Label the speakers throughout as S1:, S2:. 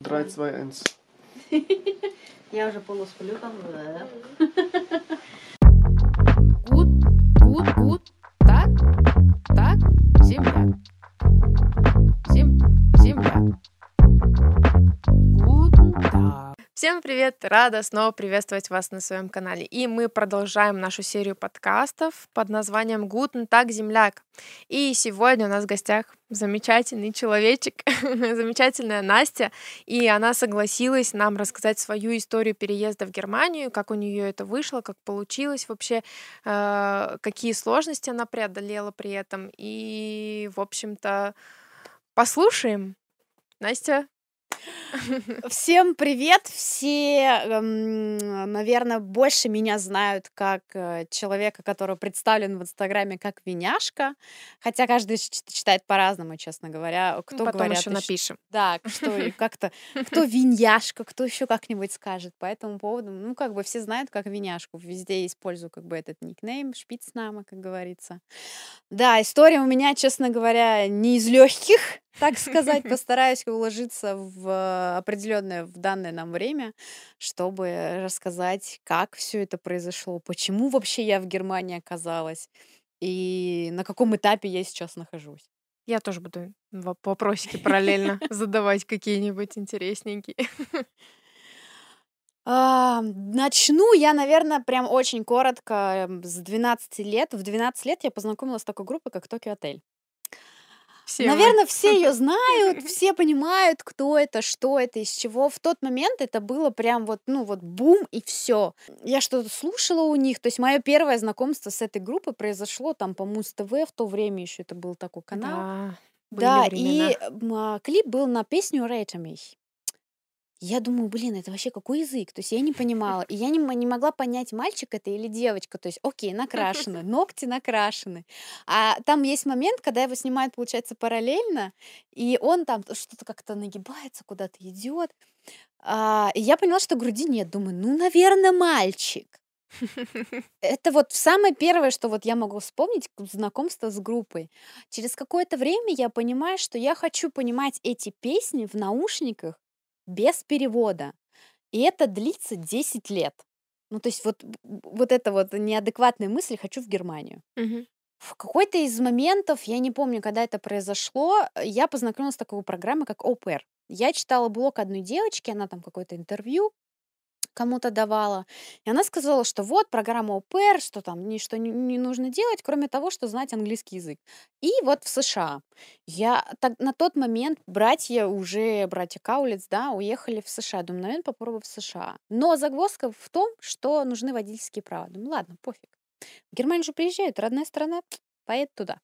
S1: 3, 2, 1.
S2: Я уже полусплю там.
S3: Гуд. Так, земля. Земля. Гуд. Всем привет! Рада снова приветствовать вас на своем канале. И мы продолжаем нашу серию подкастов под названием «Guten Tag, земляк». И сегодня у нас в гостях замечательный человечек, замечательная Настя, и она согласилась нам рассказать свою историю переезда в Германию, как у нее это вышло, как получилось вообще, какие сложности она преодолела при этом. И, в общем-то, послушаем. Настя.
S4: Всем привет! Все, наверное, больше меня знают как человека, который представлен в Инстаграме как Виняшка, хотя каждый читает по-разному, честно говоря. Кто
S3: Потом
S4: говорят,
S3: еще напишем.
S4: да, что и как-то, кто Виньяшка, кто еще как-нибудь скажет. По этому поводу, ну, как бы все знают как Виняшку. Везде использую как бы этот никнейм, шпицнама, как говорится. Да, история у меня, честно говоря, не из легких, так сказать. Постараюсь уложиться в определенное в данное нам время, чтобы рассказать, как все это произошло, почему вообще я в Германии оказалась и на каком этапе я сейчас нахожусь.
S3: Я тоже буду вопросики параллельно задавать какие-нибудь интересненькие.
S4: Начну я, наверное, прям очень коротко, с 12 лет. В 12 лет я познакомилась с такой группой, как Tokyo Hotel.
S3: Все мы.
S4: Наверное, все ее знают, все понимают, кто это, что это, из чего. В тот момент это было прям вот, ну вот бум и все. Я что-то слушала у них, то есть мое первое знакомство с этой группой произошло там по Муз-ТВ, в то время еще это был такой канал.
S3: Да,
S4: Да,
S3: были времена.
S4: и клип был на песню «Rate Me». Я думаю, блин, это вообще какой язык? То есть я не понимала. И я не могла понять, мальчик это или девочка. То есть, окей, накрашены, ногти накрашены. А там есть момент, когда его снимают, получается, параллельно, и он там что-то как-то нагибается, куда-то идет. И я поняла, что груди нет. Думаю, ну, наверное, мальчик. Это вот самое первое, что вот я могу вспомнить, знакомство с группой. Через какое-то время я понимаю, что я хочу понимать эти песни в наушниках без перевода. И это длится 10 лет. Ну, то есть вот эта вот неадекватная мысль «хочу в Германию».
S3: Мгм.
S4: В какой-то из моментов, я не помню, когда это произошло, я познакомилась с такой программой, как Au Pair. Я читала блог одной девочки, она там какое-то интервью кому-то давала. И она сказала, что вот программа Au Pair, что там ничто не нужно делать, кроме того, что знать английский язык. И вот в США. На тот момент братья Каулиц, да, уехали в США. Думаю, наверное, попробую в США. Но загвоздка в том, что нужны водительские права. Думаю, ладно, пофиг. В Германию же приезжают, родная страна, поеду туда.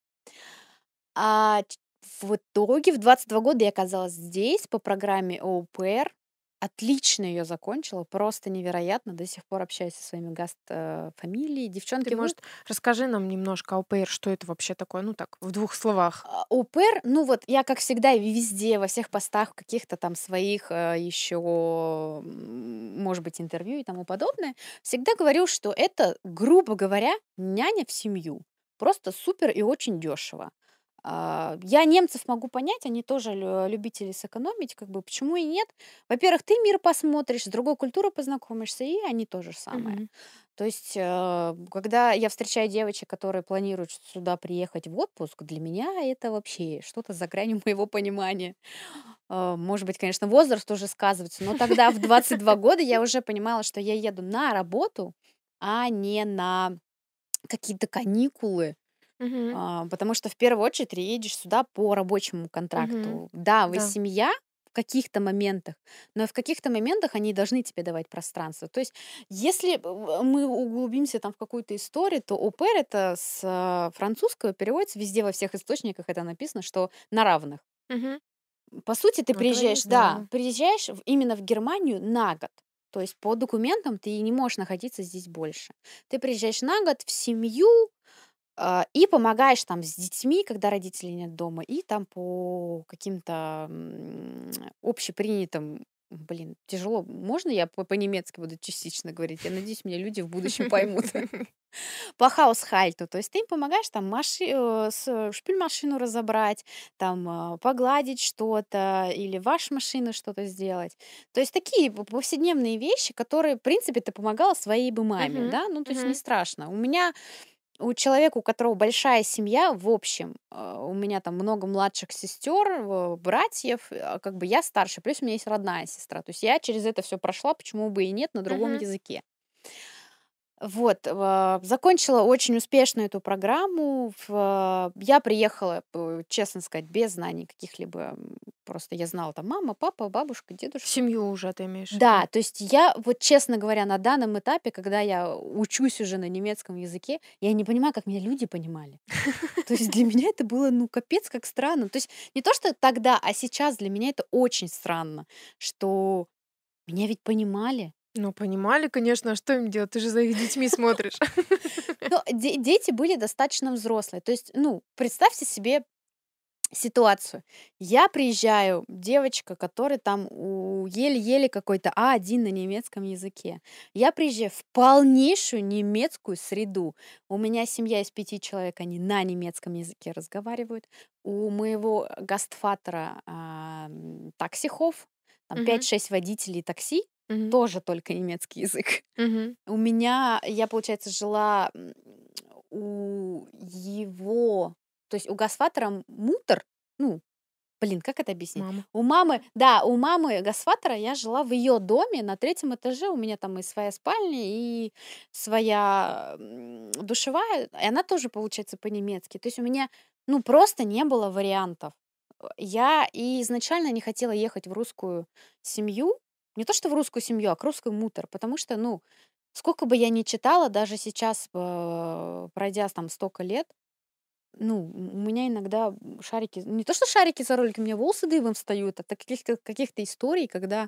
S4: В итоге в 22 года я оказалась здесь по программе Au Pair. Отлично ее закончила, просто невероятно. До сих пор общаюсь со своими фамилией. Девчонки,
S3: Ты, может, расскажи нам немножко Au Pair, что это вообще такое? Ну так, в 2 словах.
S4: Au Pair, ну вот я, как всегда, и везде, во всех постах, каких-то там своих еще, может быть, интервью и тому подобное, всегда говорю, что это, грубо говоря, няня в семью. Просто супер и очень дешево. Я немцев могу понять, они тоже любители сэкономить, как бы почему и нет. Во-первых, ты мир посмотришь, с другой культурой познакомишься, и они то же самое.
S3: Мгм.
S4: То есть, когда я встречаю девочек, которые планируют сюда приехать в отпуск, для меня это вообще что-то за гранью моего понимания. Может быть, конечно, возраст уже сказывается, но тогда в 22 года я уже понимала, что я еду на работу, а не на какие-то каникулы.
S3: Мгм.
S4: Потому что в первую очередь ты едешь сюда по рабочему
S3: Мгм.
S4: контракту. Да, вы
S3: Да.
S4: семья в каких-то моментах, но в каких-то моментах они должны тебе давать пространство. То есть, если мы углубимся там в какую-то историю, то au pair это с французского переводится везде во всех источниках это написано, что на равных.
S3: Мгм.
S4: По сути, ты
S3: Этого я не
S4: приезжаешь, да,
S3: знала.
S4: приезжаешь именно в Германию на год. То есть по документам ты не можешь находиться здесь больше. Ты приезжаешь на год в семью, и помогаешь там с детьми, когда родителей нет дома, и там по каким-то общепринятым блин, тяжело. Можно я по-немецки буду частично говорить? Я надеюсь, меня люди в будущем поймут. По хаусхальту. То есть ты им помогаешь там шпильмашину разобрать, там погладить что-то или машину что-то сделать. То есть такие повседневные вещи, которые, в принципе, ты помогала своей бы маме,
S3: Мгм.
S4: да, ну то есть не
S3: Мгм.
S4: страшно. У человека, у которого большая семья, в общем, у меня там много младших сестер, братьев, как бы я старше, плюс у меня есть родная сестра. То есть я через это все прошла, почему бы и нет, на другом
S3: Мгм.
S4: языке. Вот, закончила очень успешно эту программу. Я приехала, честно сказать, без знаний каких-либо. Просто я знала там мама, папа, бабушка, дедушка.
S3: Семью уже ты имеешь в виду?
S4: Да, то есть я, вот честно говоря, на данном этапе, когда я учусь уже на немецком языке, я не понимаю, как меня люди понимали. То есть для меня это было, ну, капец, как странно. То есть не то, что тогда, а сейчас для меня это очень странно, что меня ведь понимали.
S3: Ну, понимали, конечно, а что им делать? Ты же за их детьми смотришь.
S4: Но дети были достаточно взрослые. То есть, ну, представьте себе ситуацию. Я приезжаю, девочка, которая там еле-еле какой-то А1 на немецком языке. Я приезжаю в полнейшую немецкую среду. У меня семья из 5 человек, они на немецком языке разговаривают. У моего гастфатера таксихов, там
S3: Мгм.
S4: 5-6 водителей такси,
S3: Мгм.
S4: тоже только немецкий язык.
S3: Мгм.
S4: Я, получается, жила у его, то есть у Гасфатера мутор, ну, блин, как это объяснить?
S3: Мама.
S4: У мамы, да, у мамы Гасфатера я жила в ее доме на 3-м этаже, у меня там и своя спальня, и своя душевая, и она тоже, получается, по-немецки. То есть у меня, ну, просто не было вариантов. Я и изначально не хотела ехать в русскую семью, не то что в русскую семью, а к русской мутор, потому что, ну, сколько бы я ни читала, даже сейчас, пройдя там столько лет, ну, у меня иногда шарики, не то что шарики за ролики, у меня волосы дыбом встают от каких-то историй, когда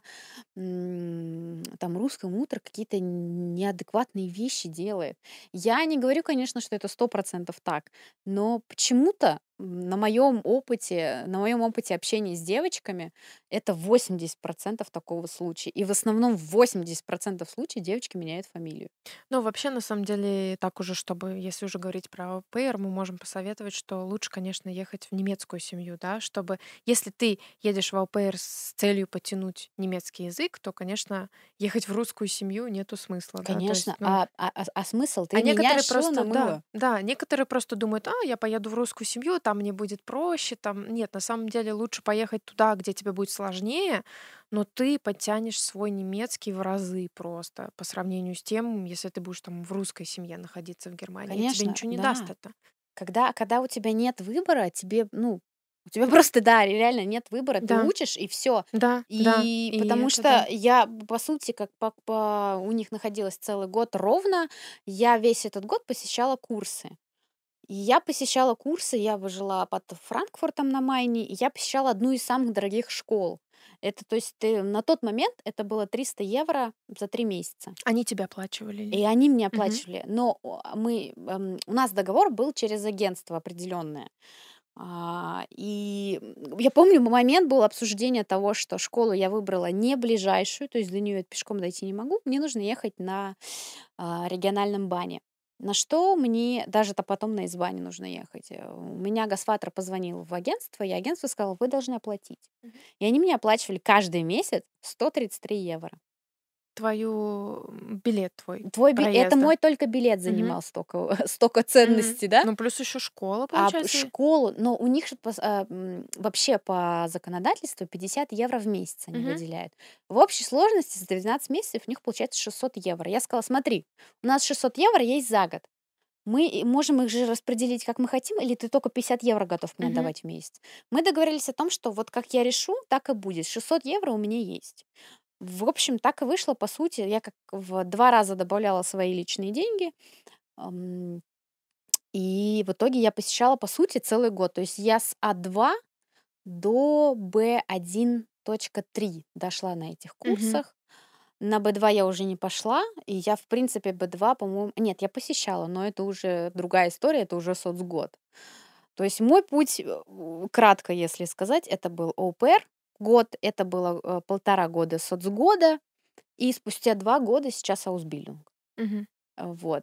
S4: там русское утро какие-то неадекватные вещи делает. Я не говорю, конечно, что это 100% так, но почему-то на моем опыте общения с девочками это 80% такого случая. И в основном в 80% случаев девочки меняют фамилию.
S3: Ну, вообще, на самом деле, так уже, чтобы, если уже говорить про АУПР, мы можем посоветовать, что лучше, конечно, ехать в немецкую семью, да, чтобы, если ты едешь в АУПР с целью потянуть немецкий язык, то, конечно, ехать в русскую семью нету смысла, да, то есть,
S4: Конечно,
S3: ну,
S4: а смысл?
S3: а
S4: Ты
S3: некоторые
S4: меняешь шило на
S3: просто, да,
S4: мыло.
S3: да, некоторые просто думают, я поеду в русскую семью, там мне будет проще, там, нет, на самом деле лучше поехать туда, где тебе будет сложнее, но ты подтянешь свой немецкий в разы просто по сравнению с тем, если ты будешь там в русской семье находиться в Германии, тебе
S4: Конечно,
S3: ничего не даст
S4: да.
S3: это.
S4: Когда у тебя нет выбора, тебе, ну, у тебя просто, да, реально нет выбора, ты
S3: Да,
S4: учишь и все.
S3: да, да,
S4: И
S3: и
S4: потому
S3: это да.
S4: что я, по сути, как у них находилась целый год ровно, я весь этот год посещала курсы. И я посещала курсы, я жила под Франкфуртом на Майне, и я посещала одну из самых дорогих школ. Это, то есть, на тот момент это было 300 евро за 3 месяца.
S3: Они тебя оплачивали
S4: И
S3: или?
S4: они мне
S3: Мгм.
S4: оплачивали, но у нас договор был через агентство определенное. Я помню, момент был обсуждение того, что школу я выбрала не ближайшую, то есть до нее я пешком дойти не могу, мне нужно ехать на региональном бане. На что мне даже-то потом на избане нужно ехать. У меня Гасфатер позвонил в агентство, и агентство сказало, вы должны оплатить.
S3: Мгм.
S4: И они мне оплачивали каждый месяц 133 евро.
S3: Билет твой
S4: Это
S3: проезда.
S4: мой только билет
S3: Мгм.
S4: занимал столько, столько
S3: Мгм.
S4: ценностей, да?
S3: Ну, плюс еще школа,
S4: А
S3: получается.
S4: школу, но у них же вообще по законодательству 50 евро в месяц они
S3: Мгм.
S4: выделяют. В общей сложности за 12 месяцев у них получается 600 евро. Я сказала, смотри, у нас 600 евро есть за год. Мы можем их же распределить, как мы хотим, или ты только 50 евро готов мне
S3: Мгм.
S4: отдавать в месяц? Мы договорились о том, что вот как я решу, так и будет. 600 евро у меня есть. В общем, так и вышло, по сути. Я как в 2 раза добавляла свои личные деньги. ам, И в итоге я посещала, по сути, целый год. То есть я с А2 до Б1.3 дошла на этих
S3: Мгм.
S4: курсах. На Б2 я уже не пошла, и я, в принципе, Б2, по-моему... Нет, я посещала, но это уже другая история, это уже соцгод. То есть мой путь, кратко если сказать, это был ОПР, год это было 1,5 года соцгода, и спустя 2 года сейчас Ausbildung.
S3: Мгм.
S4: Вот.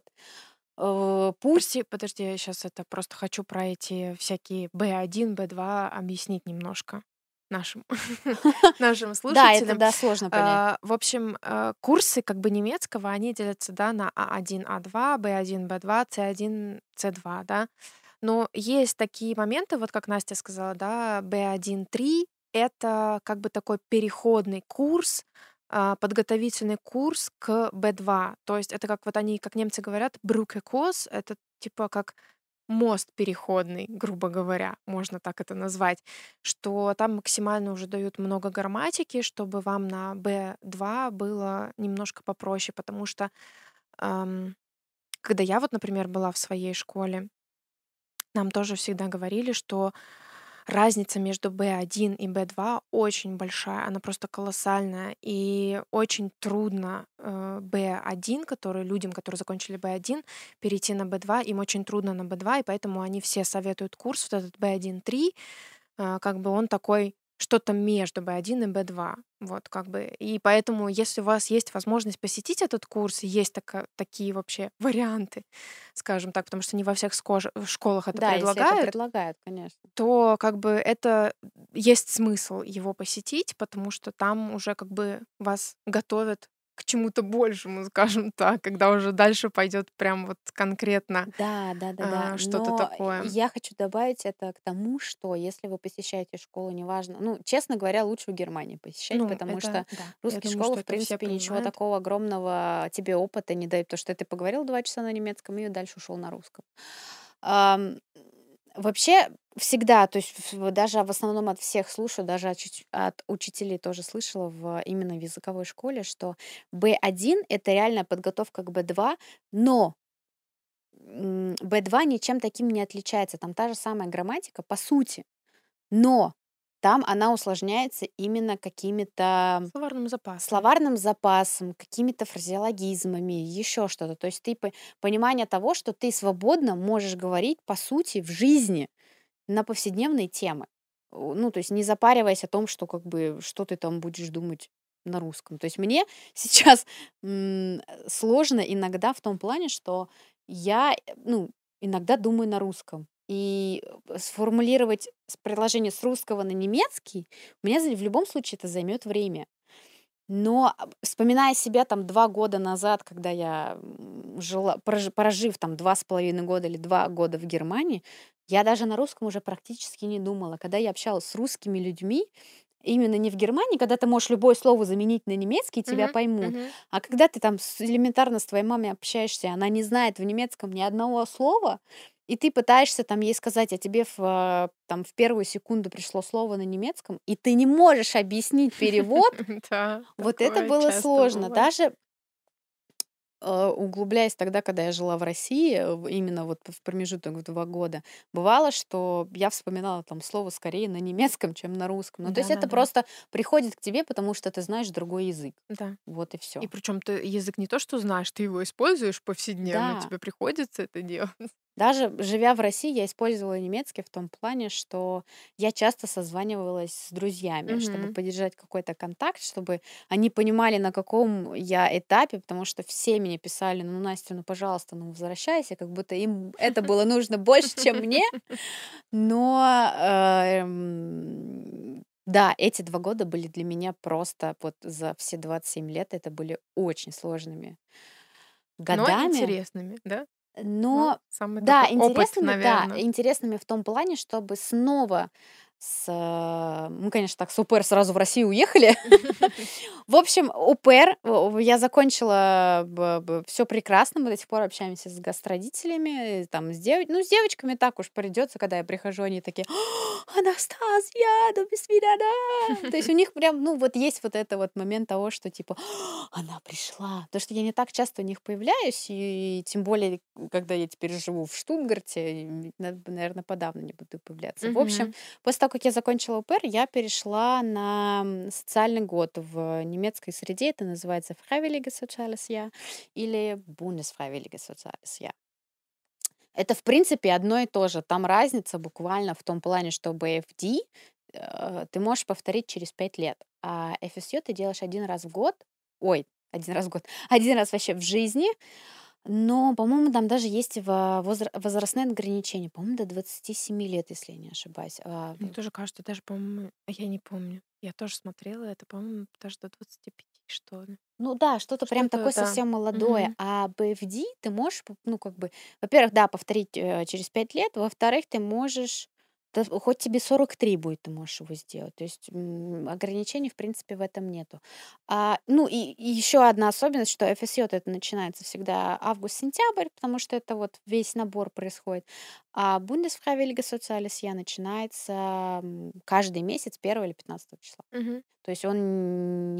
S4: Путь,
S3: Прости, подожди, я сейчас это просто хочу про эти всякие B1, B2 объяснить немножко нашим нашим
S4: да, это,
S3: слушателям.
S4: да, сложно понять.
S3: В общем, курсы как бы немецкого, они делятся, да, на А1, А2, Б1, Б2, С1, С2, да. Но есть такие моменты, вот как Настя сказала, да, Б1, 3 — это как бы такой переходный курс, подготовительный курс к Б2. То есть это как вот они, как немцы говорят, Brücke-Kurs — это типа как мост переходный, грубо говоря, можно так это назвать, что там максимально уже дают много грамматики, чтобы вам на B2 было немножко попроще, потому что ам, когда я вот, например, была в своей школе, нам тоже всегда говорили, что разница между B1 и B2 очень большая, она просто колоссальная, и очень трудно B1, людям, которые закончили B1, перейти на B2, им очень трудно на B2, и поэтому они все советуют курс, вот этот B1-3, как бы он такой что-то между B1 и B2. Вот, как бы. И поэтому, если у вас есть возможность посетить этот курс, и есть такие вообще варианты, скажем так, потому что не во всех школах это
S4: Да, если это
S3: предлагают,
S4: предлагают, конечно.
S3: то как бы это есть смысл его посетить, потому что там уже как бы вас готовят к чему-то большему, скажем так, когда уже дальше пойдет прям вот конкретно
S4: Да, да-да-да.
S3: что-то
S4: Но
S3: такое.
S4: я хочу добавить это к тому, что если вы посещаете школу, неважно, ну, честно говоря, лучше в Германии посещать,
S3: Ну,
S4: потому
S3: это
S4: что
S3: да. Я
S4: русские
S3: думаю,
S4: школы,
S3: что
S4: в
S3: это все
S4: принципе, ничего
S3: понимают.
S4: такого огромного тебе опыта не дают, потому что ты поговорил 2 часа на немецком и дальше ушел на русском. Ам, Вообще всегда, то есть даже в основном от всех слушаю, даже от учителей тоже слышала именно в языковой школе, что B1 это реальная подготовка к B2, но B2 ничем таким не отличается. Там та же самая грамматика, по сути, но там она усложняется именно какими-то
S3: Словарным запасом.
S4: словарным запасом, какими-то фразеологизмами, еще что-то. То есть понимание того, что ты свободно можешь говорить, по сути, в жизни на повседневные темы. Ну, то есть не запариваясь о том, что как бы, что ты там будешь думать на русском. То есть мне сейчас сложно иногда в том плане, что я, ну, иногда думаю на русском. И сформулировать предложение с русского на немецкий, у меня в любом случае это займет время. Но, вспоминая себя там 2 года назад, когда я, жила, прожив там 2,5 года или 2 года в Германии, я даже на русском уже практически не думала. Когда я общалась с русскими людьми, именно не в Германии, когда ты можешь любое слово заменить на немецкий, тебя
S3: Мгм,
S4: поймут,
S3: мгм.
S4: а когда ты там элементарно с твоей мамой общаешься, она не знает в немецком ни одного слова, и ты пытаешься там ей сказать, а тебе там в первую секунду пришло слово на немецком, и ты не можешь объяснить перевод,
S3: Да,
S4: вот это
S3: такое
S4: было
S3: часто
S4: сложно.
S3: бывает.
S4: Даже, углубляясь тогда, когда я жила в России, именно вот в промежуток в 2 года, бывало, что я вспоминала там слово скорее на немецком, чем на русском. Ну, то есть это
S3: Да-да-да.
S4: просто приходит к тебе, потому что ты знаешь другой язык.
S3: Да.
S4: Вот и
S3: И
S4: все.
S3: причем ты язык не то что знаешь, ты его используешь повседневно,
S4: Да.
S3: тебе приходится это делать.
S4: Даже живя в России, я использовала немецкий в том плане, что я часто созванивалась с друзьями, чтобы
S3: Мгм.
S4: поддержать какой-то контакт, чтобы они понимали, на каком я этапе, потому что все мне писали, ну, Настя, ну, пожалуйста, ну, возвращайся, как будто им это было нужно больше, чем мне. Но, да, эти 2 года были для меня просто вот за все 27 лет это были очень сложными
S3: Но
S4: годами.
S3: интересными, да? Ну,
S4: Но
S3: самый
S4: да,
S3: такой опыт,
S4: интересными, да,
S3: наверное.
S4: интересными в том плане, чтобы снова мы, конечно, так с ОПР сразу в Россию уехали. В общем, ОПР, я закончила, все прекрасно, мы до сих пор общаемся с гастродителями, там, ну, с девочками так уж придется, когда я прихожу, они такие: Анастасия, du bist wieder da!» То есть у них прям, ну, вот есть вот это вот момент того, что типа: Она пришла. Потому что я не так часто у них появляюсь, и тем более, когда я теперь живу в Штутгарте, наверное, подавно не буду появляться. В общем,
S3: Мгм.
S4: после того, как я закончила ОПР, я перешла на социальный год в немецкой среде. Это называется Freiwilliges Soziales Jahr или Bundesfreiwilliges Soziales Jahr. Это, в принципе, одно и то же. Там разница буквально в том плане, что BFD, ты можешь повторить через 5 лет. А FSU ты делаешь один раз в год. Ой, один раз в год. Один раз вообще в жизни. Но, по-моему, там даже есть возрастные ограничения. По-моему, до 27 лет, если я не ошибаюсь.
S3: Мне тоже кажется, даже, по-моему, я не помню. Я тоже смотрела это, по-моему, даже до 25, что ли.
S4: Ну да, что-то прям
S3: Что-то,
S4: такое
S3: да.
S4: совсем молодое.
S3: Мгм.
S4: А BFD ты можешь, ну, как бы, во-первых, да, повторить через 5 лет, во-вторых, ты можешь, да, хоть тебе 43 будет, ты можешь его сделать. То есть ограничений, в принципе, в этом нету. Ну и еще одна особенность, что FSJ это начинается всегда август-сентябрь, потому что это вот весь набор происходит. А Bundesfreiwillige Soziales Jahr начинается каждый месяц 1 или 15 числа.
S3: Мгм.
S4: То есть он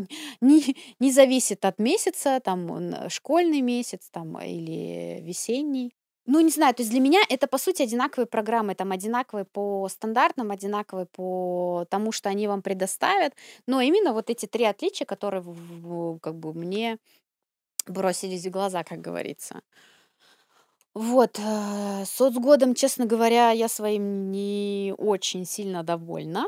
S4: не зависит от месяца, там он, школьный месяц там или весенний. Ну, не знаю, то есть для меня это, по сути, одинаковые программы, там одинаковые по стандартам, одинаковые по тому, что они вам предоставят. Но именно вот эти 3 отличия, которые как бы мне бросились в глаза, как говорится. Вот, соцгодом, честно говоря, я своим не очень сильно довольна.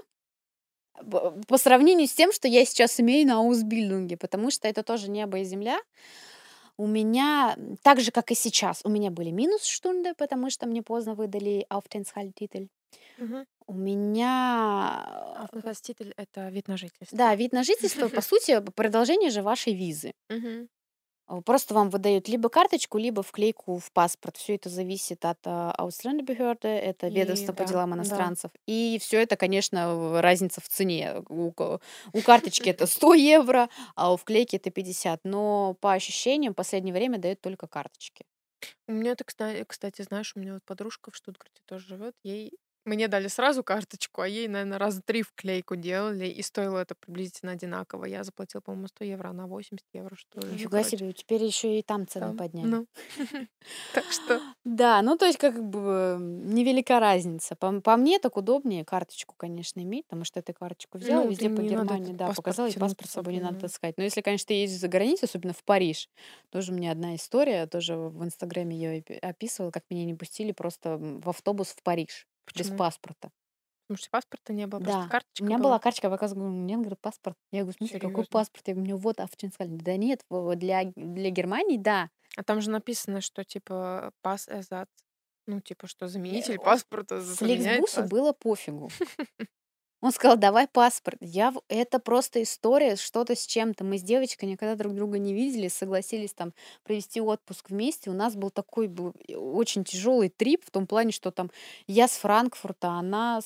S4: По сравнению с тем, что я сейчас имею на аусбильдинге, потому что это тоже небо и земля. У меня, так же, как и сейчас, у меня были минус-штунды, потому что мне поздно выдали Aufenthaltstitel.
S3: Мгм.
S4: У меня,
S3: Aufenthaltstitel — это вид на жительство.
S4: да, вид на жительство, по сути, продолжение же вашей визы.
S3: Мгм.
S4: Просто вам выдают либо карточку, либо вклейку в паспорт. Все это зависит от Ausländerbehörde, это
S3: И
S4: ведомство по
S3: да,
S4: делам
S3: да.
S4: иностранцев. И все это, конечно, разница в цене. У карточки это 100 евро, а у вклейки это 50. Но по ощущениям в последнее время дают только карточки.
S3: У меня это, кстати, знаешь, у меня вот подружка в Штутгарте тоже живет. Мне дали сразу карточку, а ей, наверное, раза 3 вклейку делали, и стоило это приблизительно одинаково. Я заплатила, по-моему, 100 евро, она 80 евро, что ли. Ну,
S4: Нифига
S3: короче,
S4: себе, теперь еще и там цены
S3: там,
S4: подняли.
S3: ну. Так что
S4: Да, ну то есть как бы невелика разница. По мне так удобнее карточку, конечно, иметь, потому что ты карточку взяла
S3: ну, ты
S4: везде по
S3: не надо
S4: Германии,
S3: этот
S4: да,
S3: паспорт
S4: показала, и
S3: тянуть
S4: паспорт
S3: с
S4: с собой не
S3: собой,
S4: надо
S3: ну.
S4: таскать. Но если, конечно, ты ездишь за границу, особенно в Париж, тоже у меня одна история, тоже в Инстаграме я описывала, как меня не пустили просто в автобус в Париж без
S3: Почему?
S4: паспорта.
S3: Потому что паспорта не было, просто
S4: Да, у
S3: карточка
S4: меня была
S3: была?
S4: карточка, я показываю, говорю, нет, говорю, паспорт. Я говорю, в смысле, какой
S3: Серьезно?
S4: паспорт? Я говорю, у меня вот Африканский. Да нет, для Германии, да.
S3: А там же написано, что типа пас-эзат. Ну, типа, что заменитель
S4: О,
S3: паспорта заменяет
S4: Фликсбусу
S3: паспорт.
S4: было пофигу. Он сказал: "Давай паспорт". Это просто история, что-то с чем-то. Мы с девочкой никогда друг друга не видели, согласились там провести отпуск вместе. У нас был очень тяжелый трип в том плане, что там я с Франкфурта, она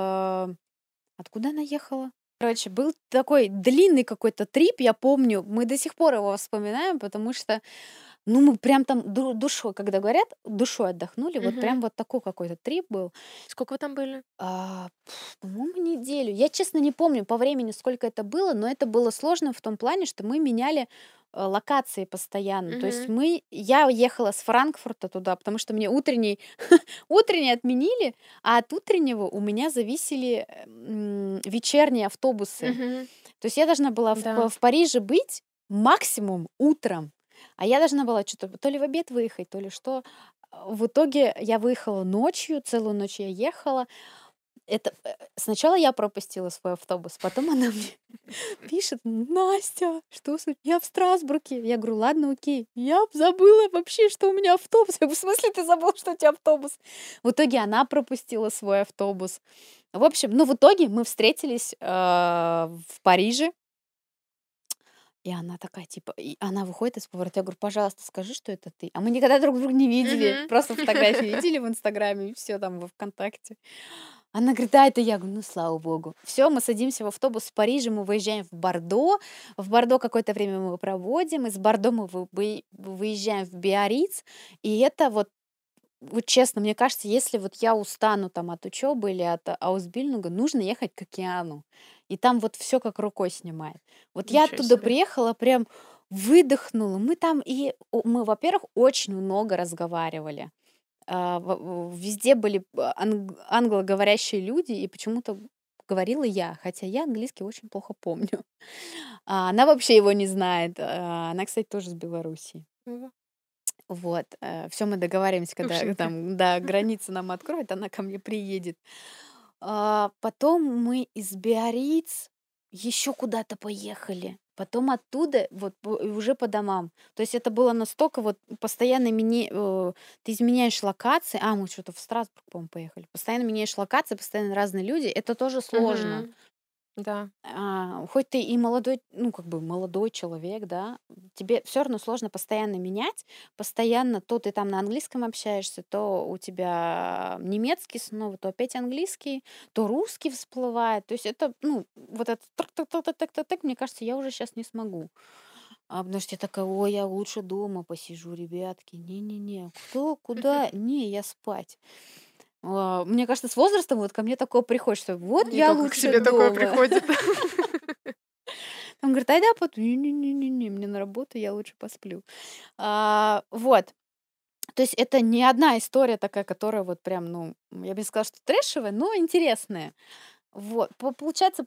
S4: откуда она ехала? Короче, был такой длинный какой-то трип, я помню. Мы до сих пор его вспоминаем, потому что, ну, мы прям там душой, когда говорят, душой отдохнули. Вот прям
S3: Мгм.
S4: вот такой какой-то трип был.
S3: Сколько вы там были?
S4: По-моему, неделю. Я, честно, не помню по времени, сколько это было, но это было сложно в том плане, что мы меняли локации постоянно. То есть
S3: Мгм.
S4: я ехала с Франкфурта туда, потому что мне утренний отменили, а от утреннего у меня зависели вечерние автобусы.
S3: Мгм.
S4: То есть я должна была
S3: Да.
S4: в Париже быть максимум утром, а я должна была что-то то ли в обед выехать, то ли что. В итоге я выехала ночью, целую ночь я ехала. Сначала я пропустила свой автобус, потом она мне пишет: "Настя, я в Страсбурге". Я говорю: "Ладно, окей". Я забыла вообще, что у меня автобус. Я говорю: "В смысле ты забыл, что у тебя автобус?" В итоге она пропустила свой автобус. В общем, ну, в итоге мы встретились, в Париже, и она такая, типа, и она выходит из поворота. Я говорю: "Пожалуйста, скажи, что это ты". А мы никогда друг друга не видели,
S3: Мгм.
S4: просто фотографии видели в "Инстаграме", и все там во "ВКонтакте". Она говорит: "Да, это я". Говорю: "Ну, слава богу". Все, мы садимся в автобус в Париже, мы выезжаем в Бордо. В Бордо какое-то время мы проводим. Из Бордо мы выезжаем в Биарриц. И это вот честно, мне кажется, если вот я устану там от учебы или от аусбильдинга, нужно ехать к океану. И там вот все как рукой снимает. Вот я
S3: Ничего
S4: оттуда
S3: себе.
S4: приехала, прям выдохнула. Мы, во-первых, очень много разговаривали. Везде были англоговорящие люди, и почему-то говорила я, хотя я английский очень плохо помню. Она вообще его не знает. Она, кстати, тоже с Белоруссии.
S3: Мгм.
S4: Вот. Все мы договариваемся,
S3: В
S4: когда
S3: общем-то.
S4: там, да, границы нам откроют, она ко мне приедет. Потом мы из Биарриц еще куда-то поехали. Потом оттуда вот и уже по домам. То есть это было настолько вот постоянно ты изменяешь локации. Мы что-то в Страсбург, по-моему, поехали. Постоянно меняешь локации, постоянно разные люди. Это тоже сложно.
S3: Мгм. Да.
S4: Хоть ты и молодой, ну, как бы молодой человек, да, тебе все равно сложно постоянно менять, постоянно то ты там на английском общаешься, то у тебя немецкий снова, то опять английский, то русский всплывает. То есть это, ну, вот это так, мне кажется, я уже сейчас не смогу. Потому что я такая: ой, я лучше дома посижу, ребятки. Не-не-не, кто, куда? Не, я спать. Мне кажется, с возрастом вот ко мне такое приходит, что вот
S3: Мне
S4: я
S3: только к
S4: лучше
S3: себе такое
S4: дома.
S3: приходит.
S4: Он говорит: айда не-не-не-не, мне на работу, я лучше посплю. Вот. То есть это не одна история такая, которая вот прям, ну, я бы не сказала, что трэшевая, но интересная. Вот. Получается,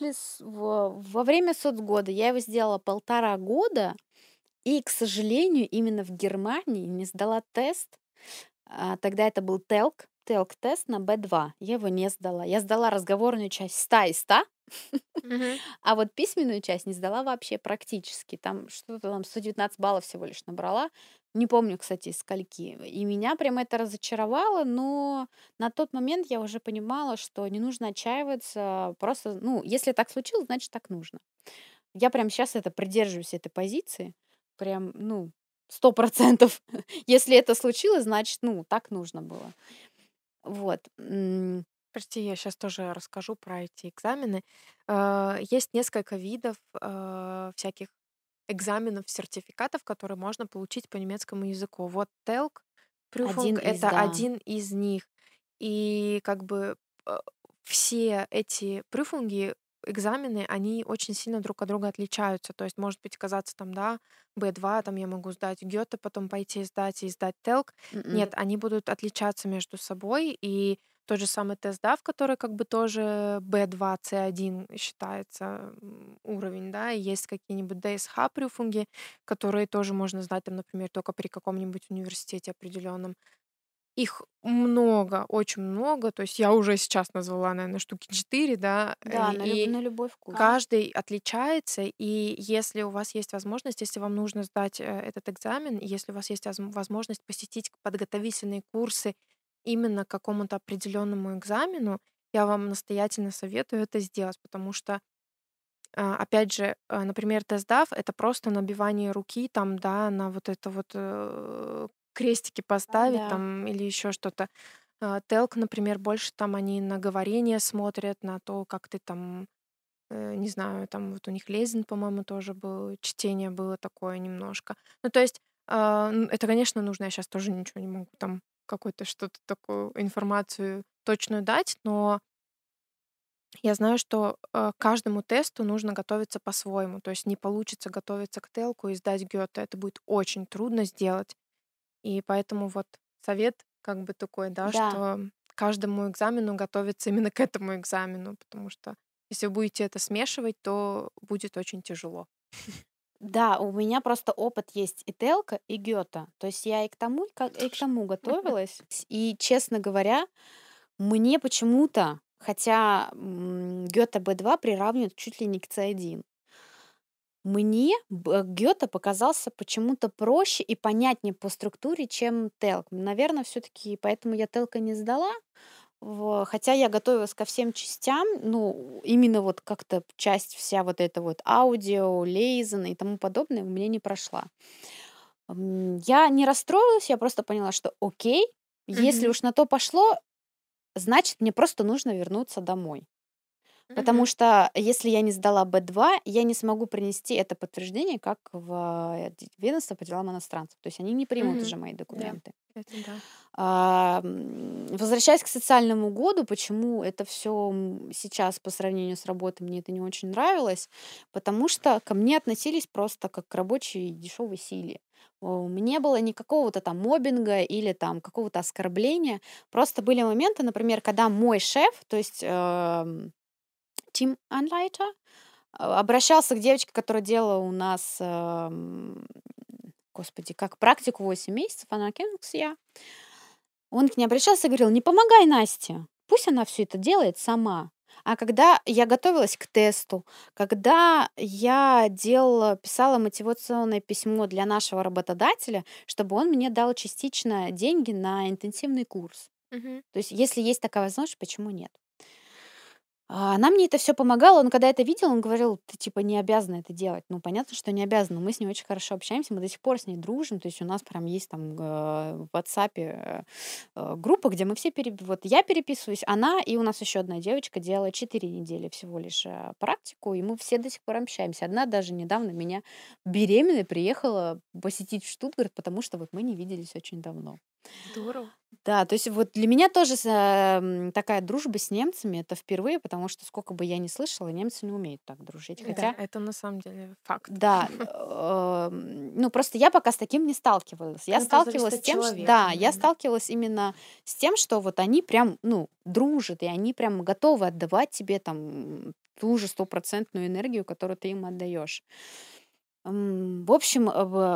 S4: во время соцгода я его сделала 1,5 года, и, к сожалению, именно в Германии не сдала тест. Тогда это был TELC-тест на B2. Я его не сдала. Я сдала разговорную часть 100 из 100,
S3: Мгм.
S4: а вот письменную часть не сдала вообще практически. Там что-то там 119 баллов всего лишь набрала. Не помню, кстати, из скольки. И меня прям это разочаровало, но на тот момент я уже понимала, что не нужно отчаиваться. Просто, ну, если так случилось, значит, так нужно. Я прям сейчас придерживаюсь этой позиции. Прям, ну, 100%. Если это случилось, значит, ну, так нужно было. Вот.
S3: Прости, я сейчас тоже расскажу про эти экзамены. Есть несколько видов всяких экзаменов, сертификатов, которые можно получить по немецкому языку. Вот TELC
S4: Один
S3: Prüfung —
S4: из,
S3: это
S4: да.
S3: один из них. И как бы э, все эти прюфунги, экзамены, они очень сильно друг от друга отличаются. То есть может быть казаться там, да, B2, там я могу сдать Гёте, потом пойти сдать и сдать TELC.
S4: М-м.
S3: Нет, они будут отличаться между собой. И тот же самый тест DAF, который как бы тоже B2, C1 считается уровень, да, и есть какие-нибудь DSH-прюфунги, которые тоже можно сдать, там, например, только при каком-нибудь университете определенном. Их много, очень много. То есть я уже сейчас назвала, наверное, штуки 4, да,
S4: Да,
S3: и
S4: на любой вкус.
S3: каждый отличается. И если у вас есть возможность, если вам нужно сдать этот экзамен, и если у вас есть возможность посетить подготовительные курсы именно к какому-то определенному экзамену, я вам настоятельно советую это сделать, потому что опять же, например, тест-дав — это просто набивание руки там, да, на вот это вот, крестики поставить
S4: Да.
S3: там или еще что-то. Телк, например, больше там они на говорение смотрят, на то, как ты там, не знаю, там вот у них Лезин, по-моему, тоже был, чтение было такое немножко. Ну, то есть, это, конечно, нужно, я сейчас тоже ничего не могу там какую-то что-то такую информацию точную дать, но я знаю, что каждому тесту нужно готовиться по-своему. То есть не получится готовиться к телку и сдать Гёте. Это будет очень трудно сделать. И поэтому вот совет как бы такой, да,
S4: Да.
S3: что каждому экзамену готовиться именно к этому экзамену, потому что если вы будете это смешивать, то будет очень тяжело.
S4: Да, у меня просто опыт есть и Телка, и Гёта. То есть я и к тому, и к
S3: Тоже.
S4: тому готовилась. И, честно говоря, мне почему-то, хотя Гёта B2 приравнивают чуть ли не к C1, мне Гёте показался почему-то проще и понятнее по структуре, чем Телк. Наверное, все-таки поэтому я Телка не сдала. Хотя я готовилась ко всем частям, ну, именно вот как-то часть вся вот эта вот аудио, лейзен и тому подобное у меня не прошла. Я не расстроилась, я просто поняла, что окей, если
S3: Мгм.
S4: уж на то пошло, значит, мне просто нужно вернуться домой. Потому
S3: Мгм.
S4: что если я не сдала B2, я не смогу принести это подтверждение как ведомство по делам иностранцев. То есть они не примут
S3: Мгм.
S4: уже мои
S3: Да,
S4: документы.
S3: это да.
S4: Возвращаясь к социальному году, почему это все сейчас по сравнению с работой мне это не очень нравилось, потому что ко мне относились просто как к рабочей дешевой силе. Не было никакого-то там мобинга или там какого-то оскорбления. Просто были моменты, например, когда мой шеф, то есть Team-Anleiter, обращался к девочке, которая делала у нас, господи, как практику 8 месяцев, она Анакенуксия. Он к ней обращался и говорил: не помогай Насте. Пусть она все это делает сама. А когда я готовилась к тесту, когда я писала мотивационное письмо для нашего работодателя, чтобы он мне дал частично деньги на интенсивный курс.
S3: Мгм.
S4: То есть, если есть такая возможность, почему нет? Она мне это все помогала. Он когда это видел, он говорил: "Ты типа не обязана это делать". Ну, понятно, что не обязана. Мы с ней очень хорошо общаемся, мы до сих пор с ней дружим. То есть у нас прям есть там, в "Ватсапе", группа, где мы все вот я переписываюсь, она и у нас еще одна девочка делала 4 недели всего лишь, практику, и мы все до сих пор общаемся. Одна даже недавно меня беременной приехала посетить в Штутгарт, потому что вот мы не виделись очень давно.
S3: Здорово.
S4: Да, то есть вот для меня тоже такая дружба с немцами это впервые, потому что сколько бы я ни слышала, немцы не умеют так дружить.
S3: Да,
S4: Хотя,
S3: это на самом деле факт.
S4: да, ну просто я пока с таким не сталкивалась. Я
S2: Это зависит
S4: сталкивалась с
S2: от
S4: тем,
S2: человека,
S4: да, я
S2: наверное.
S4: сталкивалась именно с тем, что вот они прям, ну, дружат, и они прям готовы отдавать тебе там ту же стопроцентную энергию, которую ты им отдаешь. В общем,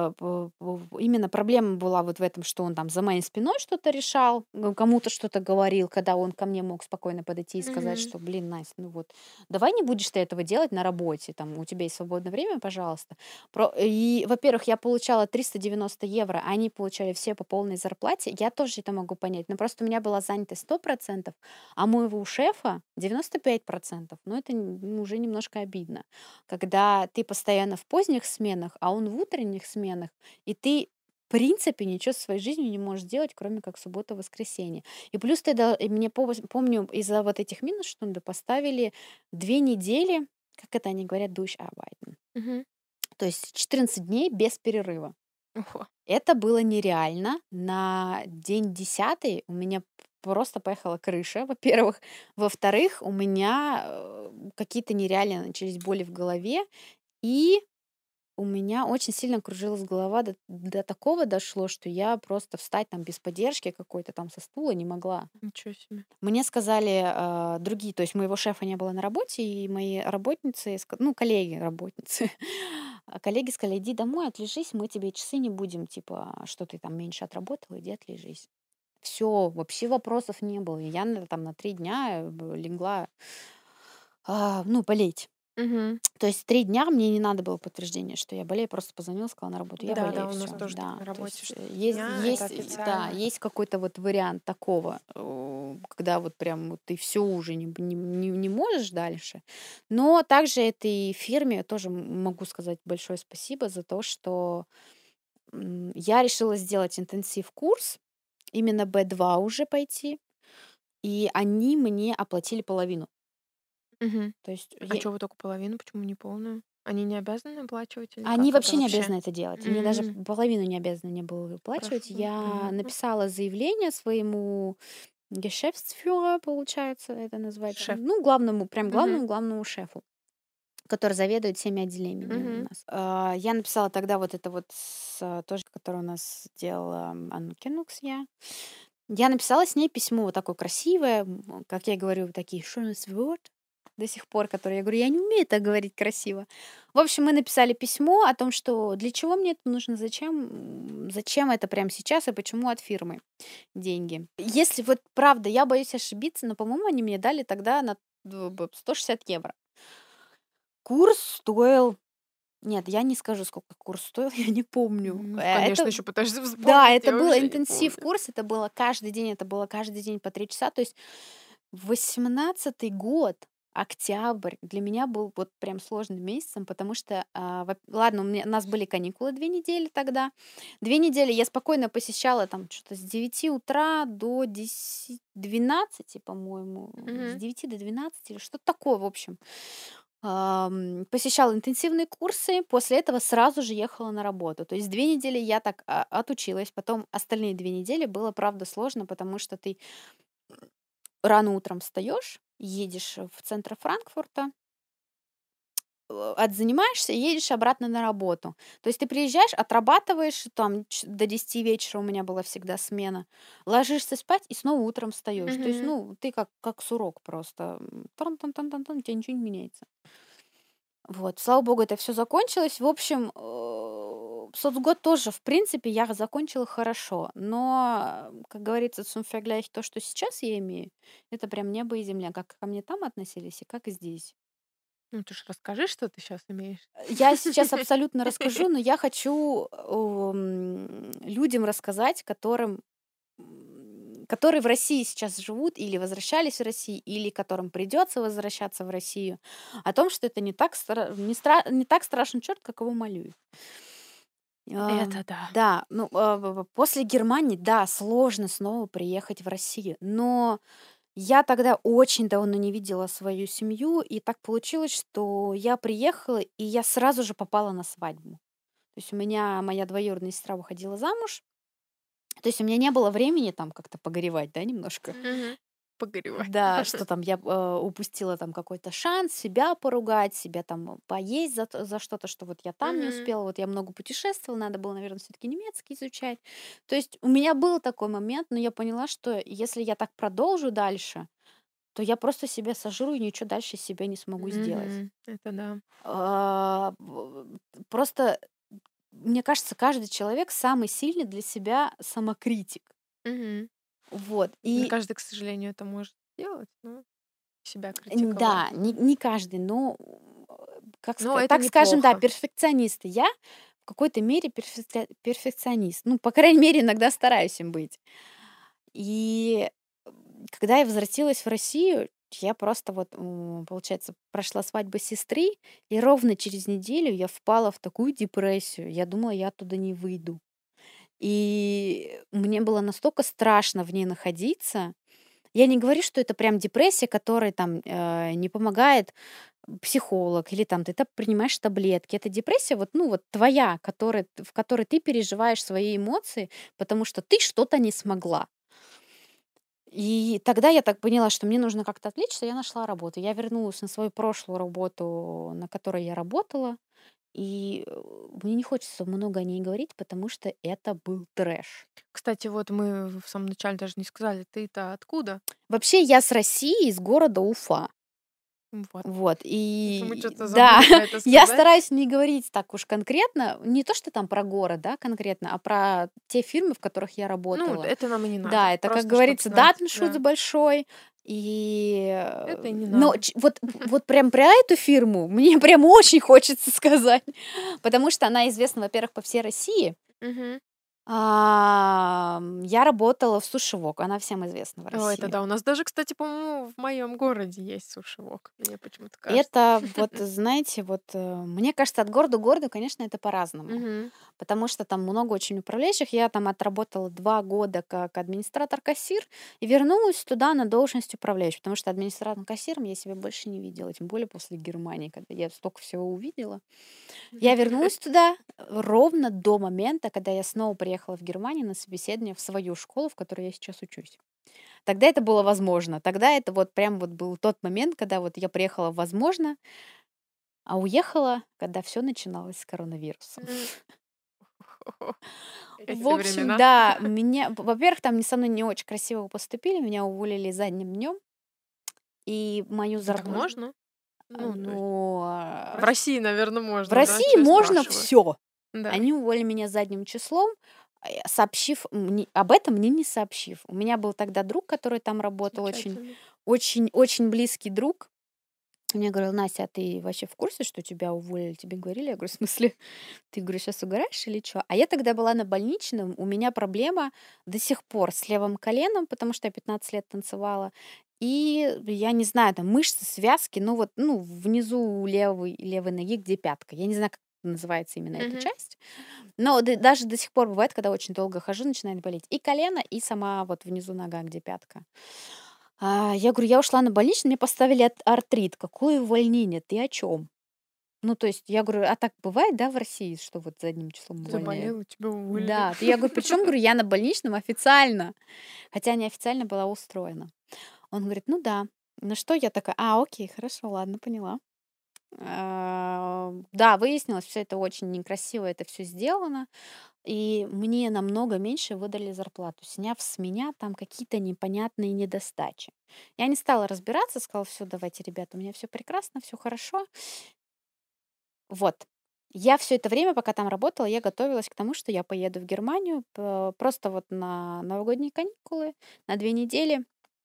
S4: именно проблема была вот в этом, что он там за моей спиной что-то решал, кому-то что-то говорил, когда он ко мне мог спокойно подойти и сказать,
S3: Мгм.
S4: что, блин, Настя, ну вот, давай не будешь ты этого делать на работе, там, у тебя есть свободное время, пожалуйста. И, во-первых, я получала 390 евро, а они получали все по полной зарплате, я тоже это могу понять, но просто у меня была занятость 100%, а моего шефа 95%, ну, это уже немножко обидно когда ты постоянно в поздних сменах, а он в утренних сменах, и ты в принципе ничего со своей жизнью не можешь делать, кроме как суббота-воскресенье. И плюс и мне помню, из-за вот этих минус-штунды поставили 2 недели, как это они говорят, Durcharbeiten.
S3: Мгм.
S4: То есть 14 дней без перерыва.
S3: Ого.
S4: Это было нереально. На день 10 у меня просто поехала крыша, во-первых. Во-вторых, у меня какие-то нереальные начались боли в голове, и у меня очень сильно кружилась голова, до такого дошло, что я просто встать там без поддержки какой-то там со стула не могла.
S3: Ничего себе.
S4: Мне сказали другие, то есть моего шефа не было на работе, и мои работницы, ну, коллеги работницы, коллеги сказали: "Иди домой, отлежись, мы тебе часы не будем, типа, что ты там меньше отработала, иди отлежись". Все, вообще вопросов не было. И я там на 3 дня легла, ну, болеть.
S3: Мгм.
S4: То есть 3 дня мне не надо было подтверждения, что я болею, просто позвонила, сказала на работу: "Я
S3: Да,
S4: болею",
S3: да, у нас
S4: все.
S3: тоже так
S4: Да,
S3: на
S4: то
S3: работе,
S4: есть,
S3: что 3
S4: есть
S3: дня это
S4: есть, да,
S3: официально.
S4: есть какой-то вот вариант такого, когда вот прям вот ты все уже не можешь дальше. Но также этой фирме тоже могу сказать большое спасибо за то, что, я решила сделать интенсив-курс, именно B2 уже пойти, и они мне оплатили половину.
S3: Мгм.
S4: То есть
S3: А чё вы только половину, почему не полную? Они не обязаны оплачивать или
S4: они
S3: как это
S4: вообще не
S3: вообще?
S4: обязаны это делать. Они даже
S3: М,
S4: половину не обязаны не было выплачивать.
S3: Хорошо,
S4: Я
S3: понятно.
S4: написала заявление своему Geschäftsführer, получается, это называется.
S3: Шеф.
S4: Ну, главному, прям
S3: Мгм.
S4: главному шефу, который заведует всеми отделениями у
S3: Мгм.
S4: нас. Я написала тогда вот это вот тоже, которое у нас делала Анкенукс я. Я написала с ней письмо вот такое красивое, как я говорю, такие schönes Wort до сих пор, которые я говорю, я не умею так говорить красиво. В общем, мы написали письмо о том, что для чего мне это нужно, зачем это прямо сейчас и почему от фирмы деньги. Если вот правда, я боюсь ошибиться, но, по-моему, они мне дали тогда на 160 евро. Курс стоил... Нет, я не скажу, сколько курс стоил, я не помню.
S3: Ну, конечно,
S4: Это
S3: еще пытаешься
S4: да,
S3: вспомнить,
S4: это
S3: я
S4: был
S3: вообще не помню.
S4: интенсив-курс, это было каждый день по 3 часа. То есть 18-й год, октябрь, для меня был вот прям сложным месяцем, потому что, ладно, у нас были каникулы 2 недели тогда. 2 недели я спокойно посещала там что то с 9 утра до 12, по-моему, с
S3: Мгм.
S4: 9 до 12 или что-то такое, в общем. Посещала интенсивные курсы, после этого сразу же ехала на работу. То есть 2 недели я так, отучилась, потом остальные 2 недели было, правда, сложно, потому что ты рано утром встаешь, едешь в центр Франкфурта, отзанимаешься и едешь обратно на работу. То есть ты приезжаешь, отрабатываешь там до 10 вечера у меня была всегда смена, ложишься спать и снова утром встаешь. То есть,
S3: Мгм.
S4: ну, ты как сурок просто. Тран-тан-тан-тан-тан, у тебя ничего не меняется. Вот, слава богу, это все закончилось. В общем, соцгод тоже, в принципе, я закончила хорошо, но, как говорится, zum Vergleich, то, что сейчас я имею, это прям небо и земля. Как ко мне там относились и как и здесь.
S3: Ну, ты ж расскажи, что ты сейчас имеешь.
S4: Я сейчас абсолютно расскажу, но я хочу людям рассказать, которые в России сейчас живут или возвращались в Россию, или которым придется возвращаться в Россию, о том, что это не так страшный черт, как его малюют.
S3: Это да.
S4: Да, ну, после Германии, да, сложно снова приехать в Россию, но я тогда очень давно не видела свою семью, и так получилось, что я приехала, и я сразу же попала на свадьбу. То есть у меня моя двоюродная сестра выходила замуж, то есть у меня не было времени там как-то погоревать, да, немножко.
S3: Мгм. Погоревать.
S4: Да, что там я упустила там какой-то шанс себя поругать, себя там поесть за что-то, что вот я там не
S3: Мгм.
S4: успела, вот я много путешествовала, надо было, наверное, все-таки немецкий изучать. То есть у меня был такой момент, но я поняла, что если я так продолжу дальше, то я просто себя сожру и ничего дальше из себя не смогу сделать.
S3: Мгм. Это да.
S4: Просто, мне кажется, каждый человек самый сильный для себя самокритик.
S3: Мгм.
S4: Вот.
S3: Не
S4: И
S3: каждый, к сожалению, это может сделать, но себя критиковать.
S4: да, не каждый, но
S3: Но это
S4: так скажем, да,
S3: неплохо.
S4: перфекционисты. Я в какой-то мере перфекционист. Ну, по крайней мере, иногда стараюсь им быть. И когда я возвратилась в Россию, я просто вот, получается, прошла свадьбу сестры, и ровно через неделю я впала в такую депрессию. Я думала, я оттуда не выйду. И мне было настолько страшно в ней находиться. Я не говорю, что это прям депрессия, которой там не помогает психолог или там ты принимаешь таблетки. Это депрессия вот, ну вот твоя, в которой ты переживаешь свои эмоции, потому что ты что-то не смогла. И тогда я так поняла, что мне нужно как-то отвлечься, я нашла работу. Я вернулась на свою прошлую работу, на которой я работала, и мне не хочется много о ней говорить, потому что это был трэш.
S3: Кстати, вот мы в самом начале даже не сказали, ты-то откуда?
S4: Вообще, я с России, из города Уфа.
S3: Вот.
S4: Вот,
S3: Это мы
S4: и
S3: что-то
S4: да,
S3: забыли про это
S4: я
S3: сказать.
S4: стараюсь не говорить так уж конкретно, не то, что там про город, да, конкретно, а про те фирмы, в которых я
S3: Ну,
S4: работала.
S3: это нам и не надо.
S4: Да, это, как
S3: Просто чтобы
S4: говорится,
S3: знать,
S4: датеншут
S3: да.
S4: большой. И,
S3: Это и не
S4: но
S3: надо.
S4: вот прям про эту фирму мне прям очень хочется сказать, потому что она известна, во-первых, по всей России.
S3: Мгм.
S4: Я работала в суши-вок, она всем известна в
S3: О, это
S4: России.
S3: да. У нас даже, кстати, по-моему, в моем городе есть суши-вок. Мне почему-то кажется.
S4: Это вот, знаете, вот, мне кажется, от города к городу, конечно, это по-разному,
S3: Мгм.
S4: потому что там много очень управляющих. Я там отработала 2 года как администратор-кассир и вернулась туда на должность управляющего, потому что администратором-кассиром я себя больше не видела, тем более после Германии, когда я столько всего увидела. Я вернулась туда ровно до момента, когда я снова приехала в Германию на собеседование в свою школу, в которой я сейчас учусь. Тогда это было возможно. Тогда это вот прям вот был тот момент, когда вот я приехала возможно, а уехала, когда все начиналось с коронавирусом.
S3: М.
S4: В
S3: Эти
S4: общем,
S3: времена.
S4: да, во-первых, там со мной не очень красиво поступили, меня уволили задним днем, и мою
S3: Ну, так
S4: зарплату...
S3: можно? Ну, то есть
S4: Ну,
S3: в России, наверное,
S4: в
S3: можно, да?
S4: России
S3: Чё я
S4: можно
S3: спрашиваю?
S4: все.
S3: Да.
S4: Они уволили меня задним числом, сообщив об этом мне не сообщив. У меня был тогда друг, который там работал,
S3: Замечательно.
S4: очень близкий друг. Мне говорил: Настя, а ты вообще в курсе, что тебя уволили? Тебе говорили? Я говорю, в смысле? Ты, говорю, сейчас угораешь или что? А я тогда была на больничном, у меня проблема до сих пор с левым коленом, потому что я 15 лет танцевала. И я не знаю, там мышцы, связки, ну вот, ну, внизу левой ноги, где пятка. Я не знаю, как называется именно эта
S3: Мгм.
S4: часть. Но даже до сих пор бывает, когда очень долго хожу, начинает болеть и колено, и сама вот внизу нога, где пятка. Я говорю, я ушла на больничный, мне поставили артрит. Какое увольнение? Ты о чем? Ну, то есть, я говорю, а так бывает, да, в России, что вот задним числом увольняют?
S3: Заболела, тебя уволили.
S4: Да, я говорю, причем, говорю, я на больничном официально, хотя неофициально была устроена. Он говорит, ну да. На что я такая, окей, хорошо, ладно, поняла. Да, выяснилось, все это очень некрасиво, это все сделано. И мне намного меньше выдали зарплату, сняв с меня там какие-то непонятные недостачи. Я не стала разбираться, сказала, все, давайте, ребята, у меня все прекрасно, все хорошо. Вот. Я все это время, пока там работала, я готовилась к тому, что я поеду в Германию просто вот на новогодние каникулы на 2 недели.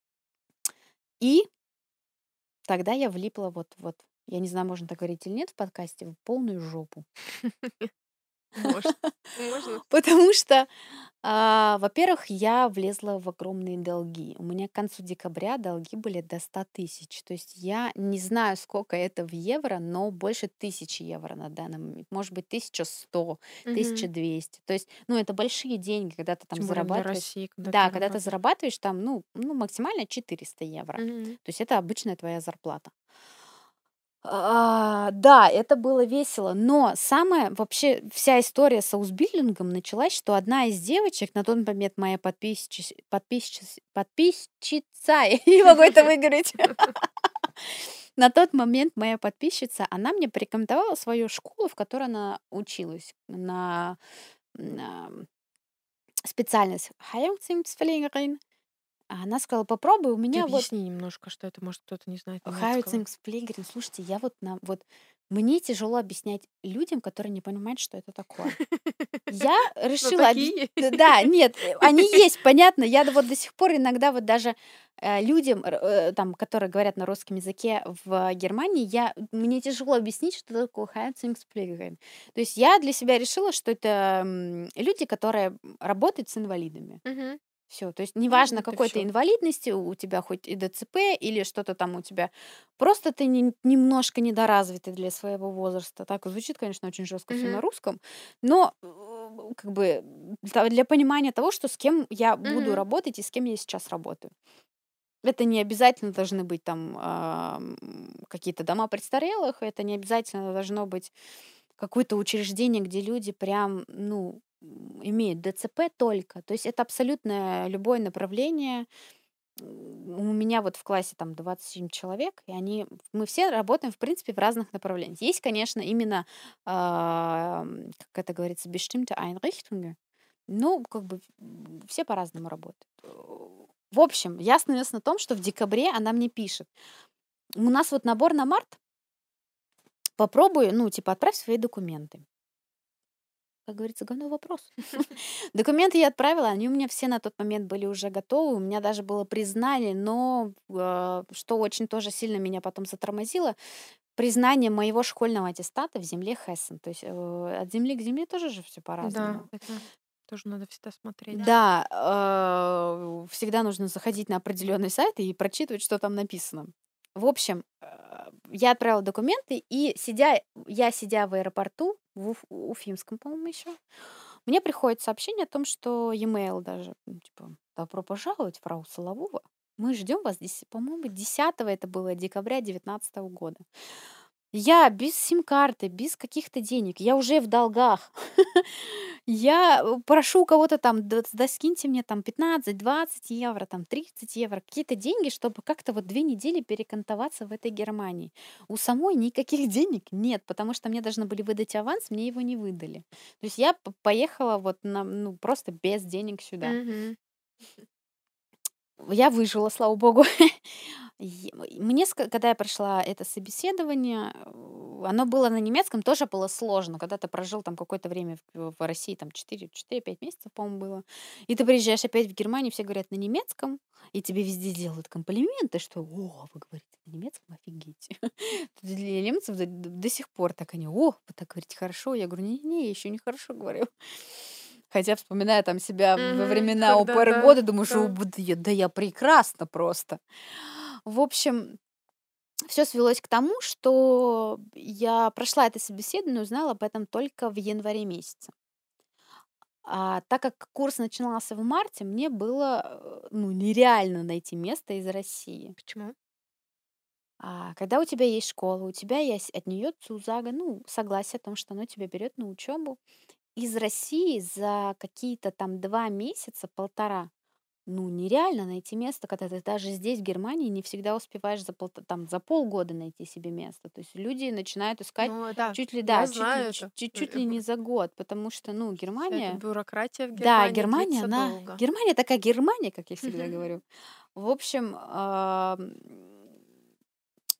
S4: И тогда я влипла вот, я не знаю, можно так говорить или нет в подкасте, в полную жопу.
S3: Может. Можно.
S4: Потому что, во-первых, я влезла в огромные долги. У меня к концу декабря долги были до 100 тысяч. То есть я не знаю, сколько это в евро, но больше 1000 евро на данный момент. Может быть, 1100,
S3: Мгм.
S4: 1200. То есть, ну, это большие деньги, когда ты там
S3: Тем более для
S4: зарабатываешь.
S3: России, когда
S4: Да,
S3: ты
S4: когда ты
S3: работаешь.
S4: зарабатываешь там, ну, максимально 400 евро.
S3: Мгм.
S4: То есть это обычная твоя зарплата. Да, это было весело, но самая вообще вся история с аусбильдингом началась, что одна из девочек, на тот момент моя подписчица, я не могу это выговорить. На тот момент моя подписчица, она мне порекомендовала свою школу, в которой она училась на специальность Heilungsdienstpflegerin. Она сказала, попробуй, у
S3: Ты
S4: меня вот
S3: объясни немножко, что это, может, кто-то не знает немецкого.
S4: Heilungsdienstpflegerin. Слушайте, я вот мне тяжело объяснять людям, которые не понимают, что это такое. Я
S3: Ну,
S4: решила
S3: такие.
S4: Да, нет, они есть, понятно. Я вот до сих пор иногда вот даже людям, там, которые говорят на русском языке в Германии, мне тяжело объяснить, что такое Heilungsdienstpflegerin. То есть я для себя решила, что это люди, которые работают с инвалидами.
S3: Мгм.
S4: Все, то есть неважно,
S3: Вот и
S4: какой ты
S3: всё.
S4: инвалидности, у тебя хоть и ДЦП или что-то там у тебя, просто ты немножко недоразвитый для своего возраста. Так звучит, конечно, очень жестко все на
S3: Мгм.
S4: русском, но как бы для понимания того, что с кем я буду
S3: Мгм.
S4: работать и с кем я сейчас работаю. Это не обязательно должны быть там какие-то дома престарелых, это не обязательно должно быть какое-то учреждение, где люди прям, ну, имеют ДЦП только. То есть это абсолютно любое направление. У меня вот в классе там 27 человек, и мы все работаем, в принципе, в разных направлениях. Есть, конечно, именно, как это говорится, bestimmte Einrichtungen. Ну, как бы все по-разному работают. В общем, я остановилась на том, что в декабре она мне пишет. У нас вот набор на март, попробуй, ну, типа, отправь свои документы. Как говорится, говно вопрос. Документы я отправила, они у меня все на тот момент были уже готовы, у меня даже было признание, но что очень тоже сильно меня потом затормозило, признание моего школьного аттестата в земле Хессен. То есть от земли к земле тоже же все
S3: Да,
S4: по-разному.
S3: это тоже надо всегда смотреть.
S4: Да, всегда нужно заходить на определенный сайт и прочитывать, что там написано. В общем, я отправила документы, и сидя в аэропорту, в Уфимском, по-моему, еще, мне приходит сообщение о том, что e-mail даже, типа, добро пожаловать, фрау Соловова. Мы ждем вас, по-моему, 10 это было декабря 2019 года. Я без сим-карты, без каких-то денег, я уже в долгах. Я прошу у кого-то там, да скиньте мне там 15-20 евро, там 30 евро, какие-то деньги, чтобы как-то вот 2 недели перекантоваться в этой Германии. У самой никаких денег нет, потому что мне должны были выдать аванс, мне его не выдали. То есть я поехала вот ну, просто без денег сюда.
S3: Мгм.
S4: Я выжила, слава богу. Когда я прошла это собеседование, оно было на немецком, тоже было сложно. Когда ты прожил там какое-то время в России, там 4-5 месяцев, по-моему, было, и ты приезжаешь опять в Германию, все говорят на немецком, и тебе везде делают комплименты, что «О, вы говорите на немецком, офигеть». Для немцев до сих пор так они «О, вы так говорите хорошо». Я говорю «Не-не, я еще не хорошо говорю». Хотя, вспоминая там себя во
S3: Мгм.
S4: времена
S3: Когда,
S4: ОПР
S3: да,
S4: года, думаю, что
S3: да.
S4: да я прекрасно просто. В общем, все свелось к тому, что я прошла это собеседование, узнала об этом только в январе месяце. А так как курс начинался в марте, мне было ну, нереально найти место из России.
S3: Почему?
S4: Когда у тебя есть школа, у тебя есть от нее Цузага, ну, согласие о том, что она тебя берет на учебу, из России за какие-то там 2 месяца, полтора, ну, нереально найти место, когда ты даже здесь, в Германии, не всегда успеваешь за полгода найти себе место. То есть люди начинают искать
S3: Ну да,
S4: чуть ли,
S3: я
S4: да,
S3: знаю это.
S4: чуть ли не за год, потому что, ну,
S3: Вся эта
S4: Германия,
S3: бюрократия в
S4: да,
S3: Германии длится долго.
S4: Германия такая Германия, как я всегда говорю. В общем,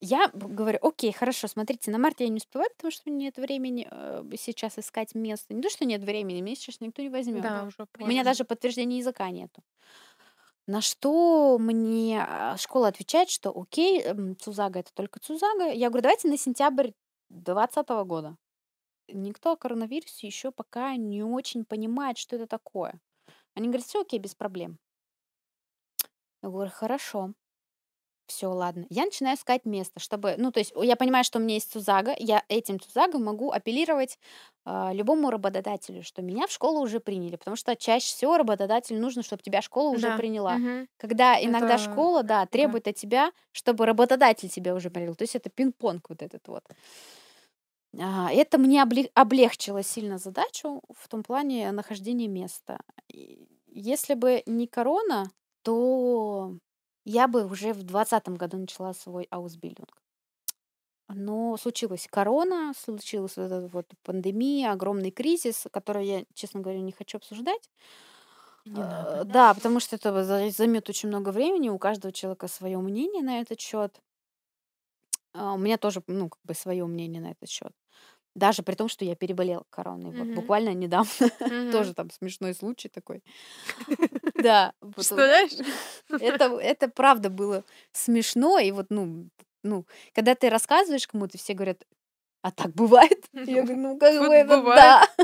S4: Я говорю: окей, хорошо, смотрите, на март я не успеваю, потому что мне нет времени сейчас искать место. Не то, что нет времени, меня сейчас никто не возьмет.
S3: Да, уже
S4: У меня
S3: поздно.
S4: даже подтверждения языка нету. На что мне школа отвечает, что окей, Цузага это только Цузага. Я говорю, давайте на сентябрь 2020 года. Никто о коронавирусе еще пока не очень понимает, что это такое. Они говорят, все окей, без проблем. Я говорю, хорошо. Все, ладно. Я начинаю искать место, чтобы, ну, то есть я понимаю, что у меня есть Цузага, я этим Цузага могу апеллировать любому работодателю, что меня в школу уже приняли, потому что чаще всего работодателю нужно, чтобы тебя школа уже
S3: Да.
S4: приняла.
S3: Мгм.
S4: Когда иногда
S3: Это
S4: школа, да,
S3: да.
S4: требует от тебя, чтобы работодатель тебя уже принял. То есть это пинг-понг вот этот вот. Это мне облегчило сильно задачу в том плане нахождения места. Если бы не корона, то я бы уже в 2020 году начала свой аусбильдинг. Но случилась корона, случилась вот эта вот пандемия, огромный кризис, который я, честно говоря, не хочу обсуждать.
S3: Не надо.
S4: Да, потому что это займет очень много времени, у каждого человека свое мнение на этот счет. У меня тоже, ну, как бы свое мнение на этот счет. Даже при том, что я переболела короной. Вот
S3: Мгм.
S4: буквально недавно.
S3: Мгм.
S4: Тоже там смешной случай такой. Да, вот
S3: Представляешь?
S4: это правда было смешно. И вот, ну, когда ты рассказываешь кому-то, все говорят: "А так бывает?" Я говорю: "Ну, как
S3: Вот
S4: бы это
S3: бывает.
S4: да".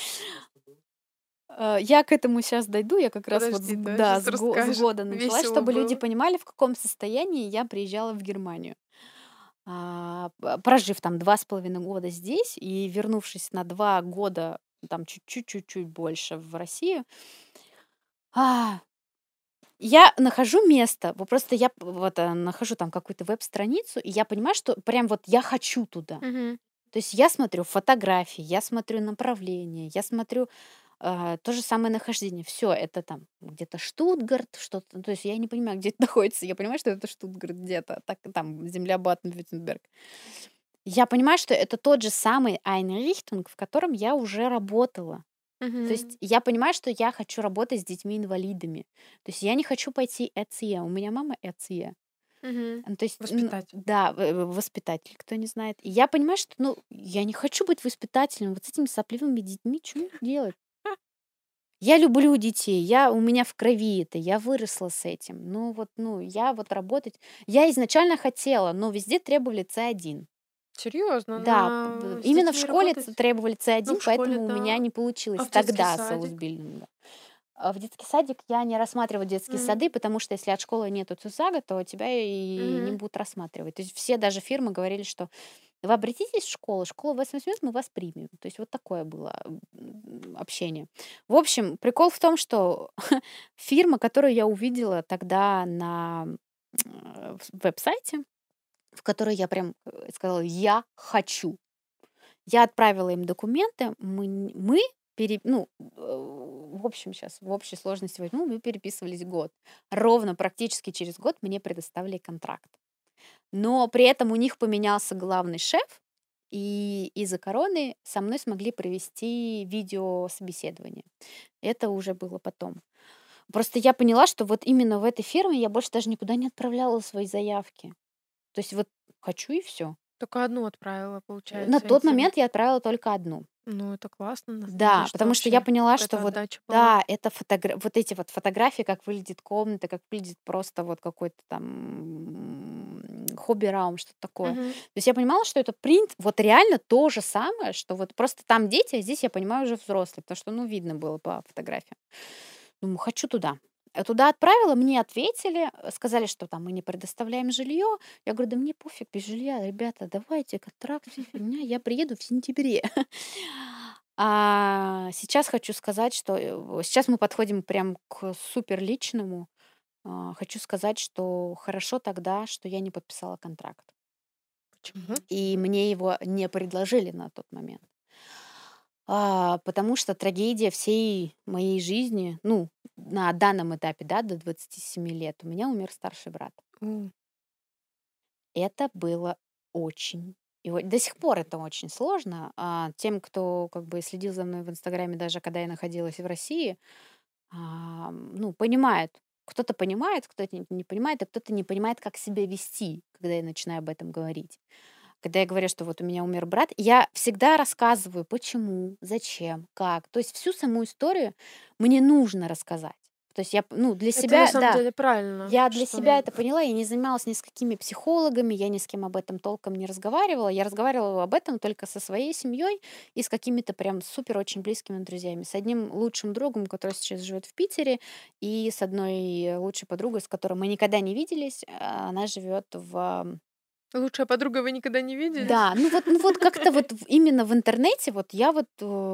S4: Я к этому сейчас дойду. Я как раз вот
S3: Подожди, да,
S4: да,
S3: сейчас
S4: с
S3: расскажешь.
S4: года началась,
S3: Весело
S4: чтобы люди
S3: было.
S4: понимали, в каком состоянии я приезжала в Германию. Прожив там 2,5 года здесь и вернувшись на 2 года, там чуть-чуть больше в Россию, а, я нахожу место. Вот просто я вот, нахожу там какую-то веб-страницу, и я понимаю, что прям вот я хочу туда.
S3: Мгм.
S4: То есть я смотрю фотографии, я смотрю направление, я смотрю, то же самое нахождение. Все это там где-то Штутгарт, что-то. То есть я не понимаю, где это находится. Я понимаю, что это Штутгарт где-то, так там земля Баден-Вюртемберг. Я понимаю, что это тот же самый Einrichtung, в котором я уже работала. То есть
S3: Мгм.
S4: я понимаю, что я хочу работать с детьми-инвалидами. То есть я не хочу пойти ЭЦЕ. У меня мама ЭЦЕ.
S3: Мгм.
S4: То есть,
S3: Воспитатель.
S4: да, воспитатель, кто не знает. И я понимаю, что, ну, я не хочу быть воспитателем. Вот с этими сопливыми детьми что мне делать? Я люблю детей, у меня в крови это, я выросла с этим. Ну вот, ну, я вот работать. Я изначально хотела, но везде требовали C1.
S3: Серьезно,
S4: Да,
S3: с
S4: именно в
S3: детьми
S4: школе
S3: работать?
S4: требовали
S3: Ну,
S4: C1,
S3: в школе,
S4: поэтому у меня
S3: да.
S4: не
S3: А
S4: получилось
S3: в детский
S4: тогда с
S3: садик?
S4: аусбильдинга. В детский садик я не рассматриваю детские сады,
S3: М.
S4: потому что если от школы нету ЦУСАГа, то тебя и не
S3: Мгм.
S4: будут рассматривать. То есть все даже фирмы говорили, что вы обратитесь в школу, школа вас возьмет, мы вас примем. То есть вот такое было общение. В общем, прикол в том, что фирма, которую я увидела тогда на веб-сайте, в которой я прям сказала, я хочу. Я отправила им документы, мы ну, в общем, сейчас в общей сложности возьму, мы переписывались год. Ровно практически через год мне предоставили контракт. Но при этом у них поменялся главный шеф, и из-за короны со мной смогли провести видеособеседование. Это уже было потом. Просто я поняла, что вот именно в этой фирме я больше даже никуда не отправляла свои заявки. То есть вот хочу и все.
S3: Только одну отправила,
S4: На
S3: получается,
S4: тот
S3: интервью.
S4: момент я отправила только одну.
S3: Ну, это классно, на самом деле,
S4: Да,
S3: что
S4: потому что я
S3: вообще
S4: поняла, что
S3: какая-то
S4: вот,
S3: отдача была.
S4: да, это вот эти вот фотографии, как выглядит комната, как выглядит просто вот какой-то там хобби-раум, что-то такое.
S3: Мгм.
S4: То есть я понимала, что это принт, вот реально то же самое, что вот просто там дети, а здесь я понимаю уже взрослые, потому что, ну, видно было по фотографиям. Думаю, хочу туда. Туда отправила, мне ответили, сказали, что там мы не предоставляем жилье. Я говорю, да мне пофиг без жилья, ребята, давайте контракт, вся фигня, я приеду в сентябре. А сейчас хочу сказать, что сейчас мы подходим прям к супер личному. Хочу сказать, что хорошо тогда, что я не подписала контракт.
S3: Почему?
S4: И мне его не предложили на тот момент. Потому что трагедия всей моей жизни, ну, на данном этапе, да, до 27 лет, у меня умер старший брат.
S3: О,
S4: Это было очень до сих пор это очень сложно. Тем, кто как бы следил за мной в Инстаграме, даже когда я находилась в России, ну, понимают. Кто-то понимает, кто-то не понимает, а кто-то не понимает, как себя вести, когда я начинаю об этом говорить. Когда я говорю, что вот у меня умер брат, я всегда рассказываю, почему, зачем, как. То есть всю саму историю мне нужно рассказать. То есть я, ну, для
S3: Это на
S4: себя,
S3: самом
S4: да,
S3: деле правильно,
S4: я для себя
S3: что...
S4: это поняла, я не занималась ни с какими психологами, я ни с кем об этом толком не разговаривала. Я разговаривала об этом только со своей семьей и с какими-то прям супер очень близкими друзьями. С одним лучшим другом, который сейчас живет в Питере, и с одной лучшей подругой, с которой мы никогда не виделись. Она живет в
S3: Лучшая подруга, вы никогда не виделись?
S4: да, ну вот как-то вот именно в интернете вот я вот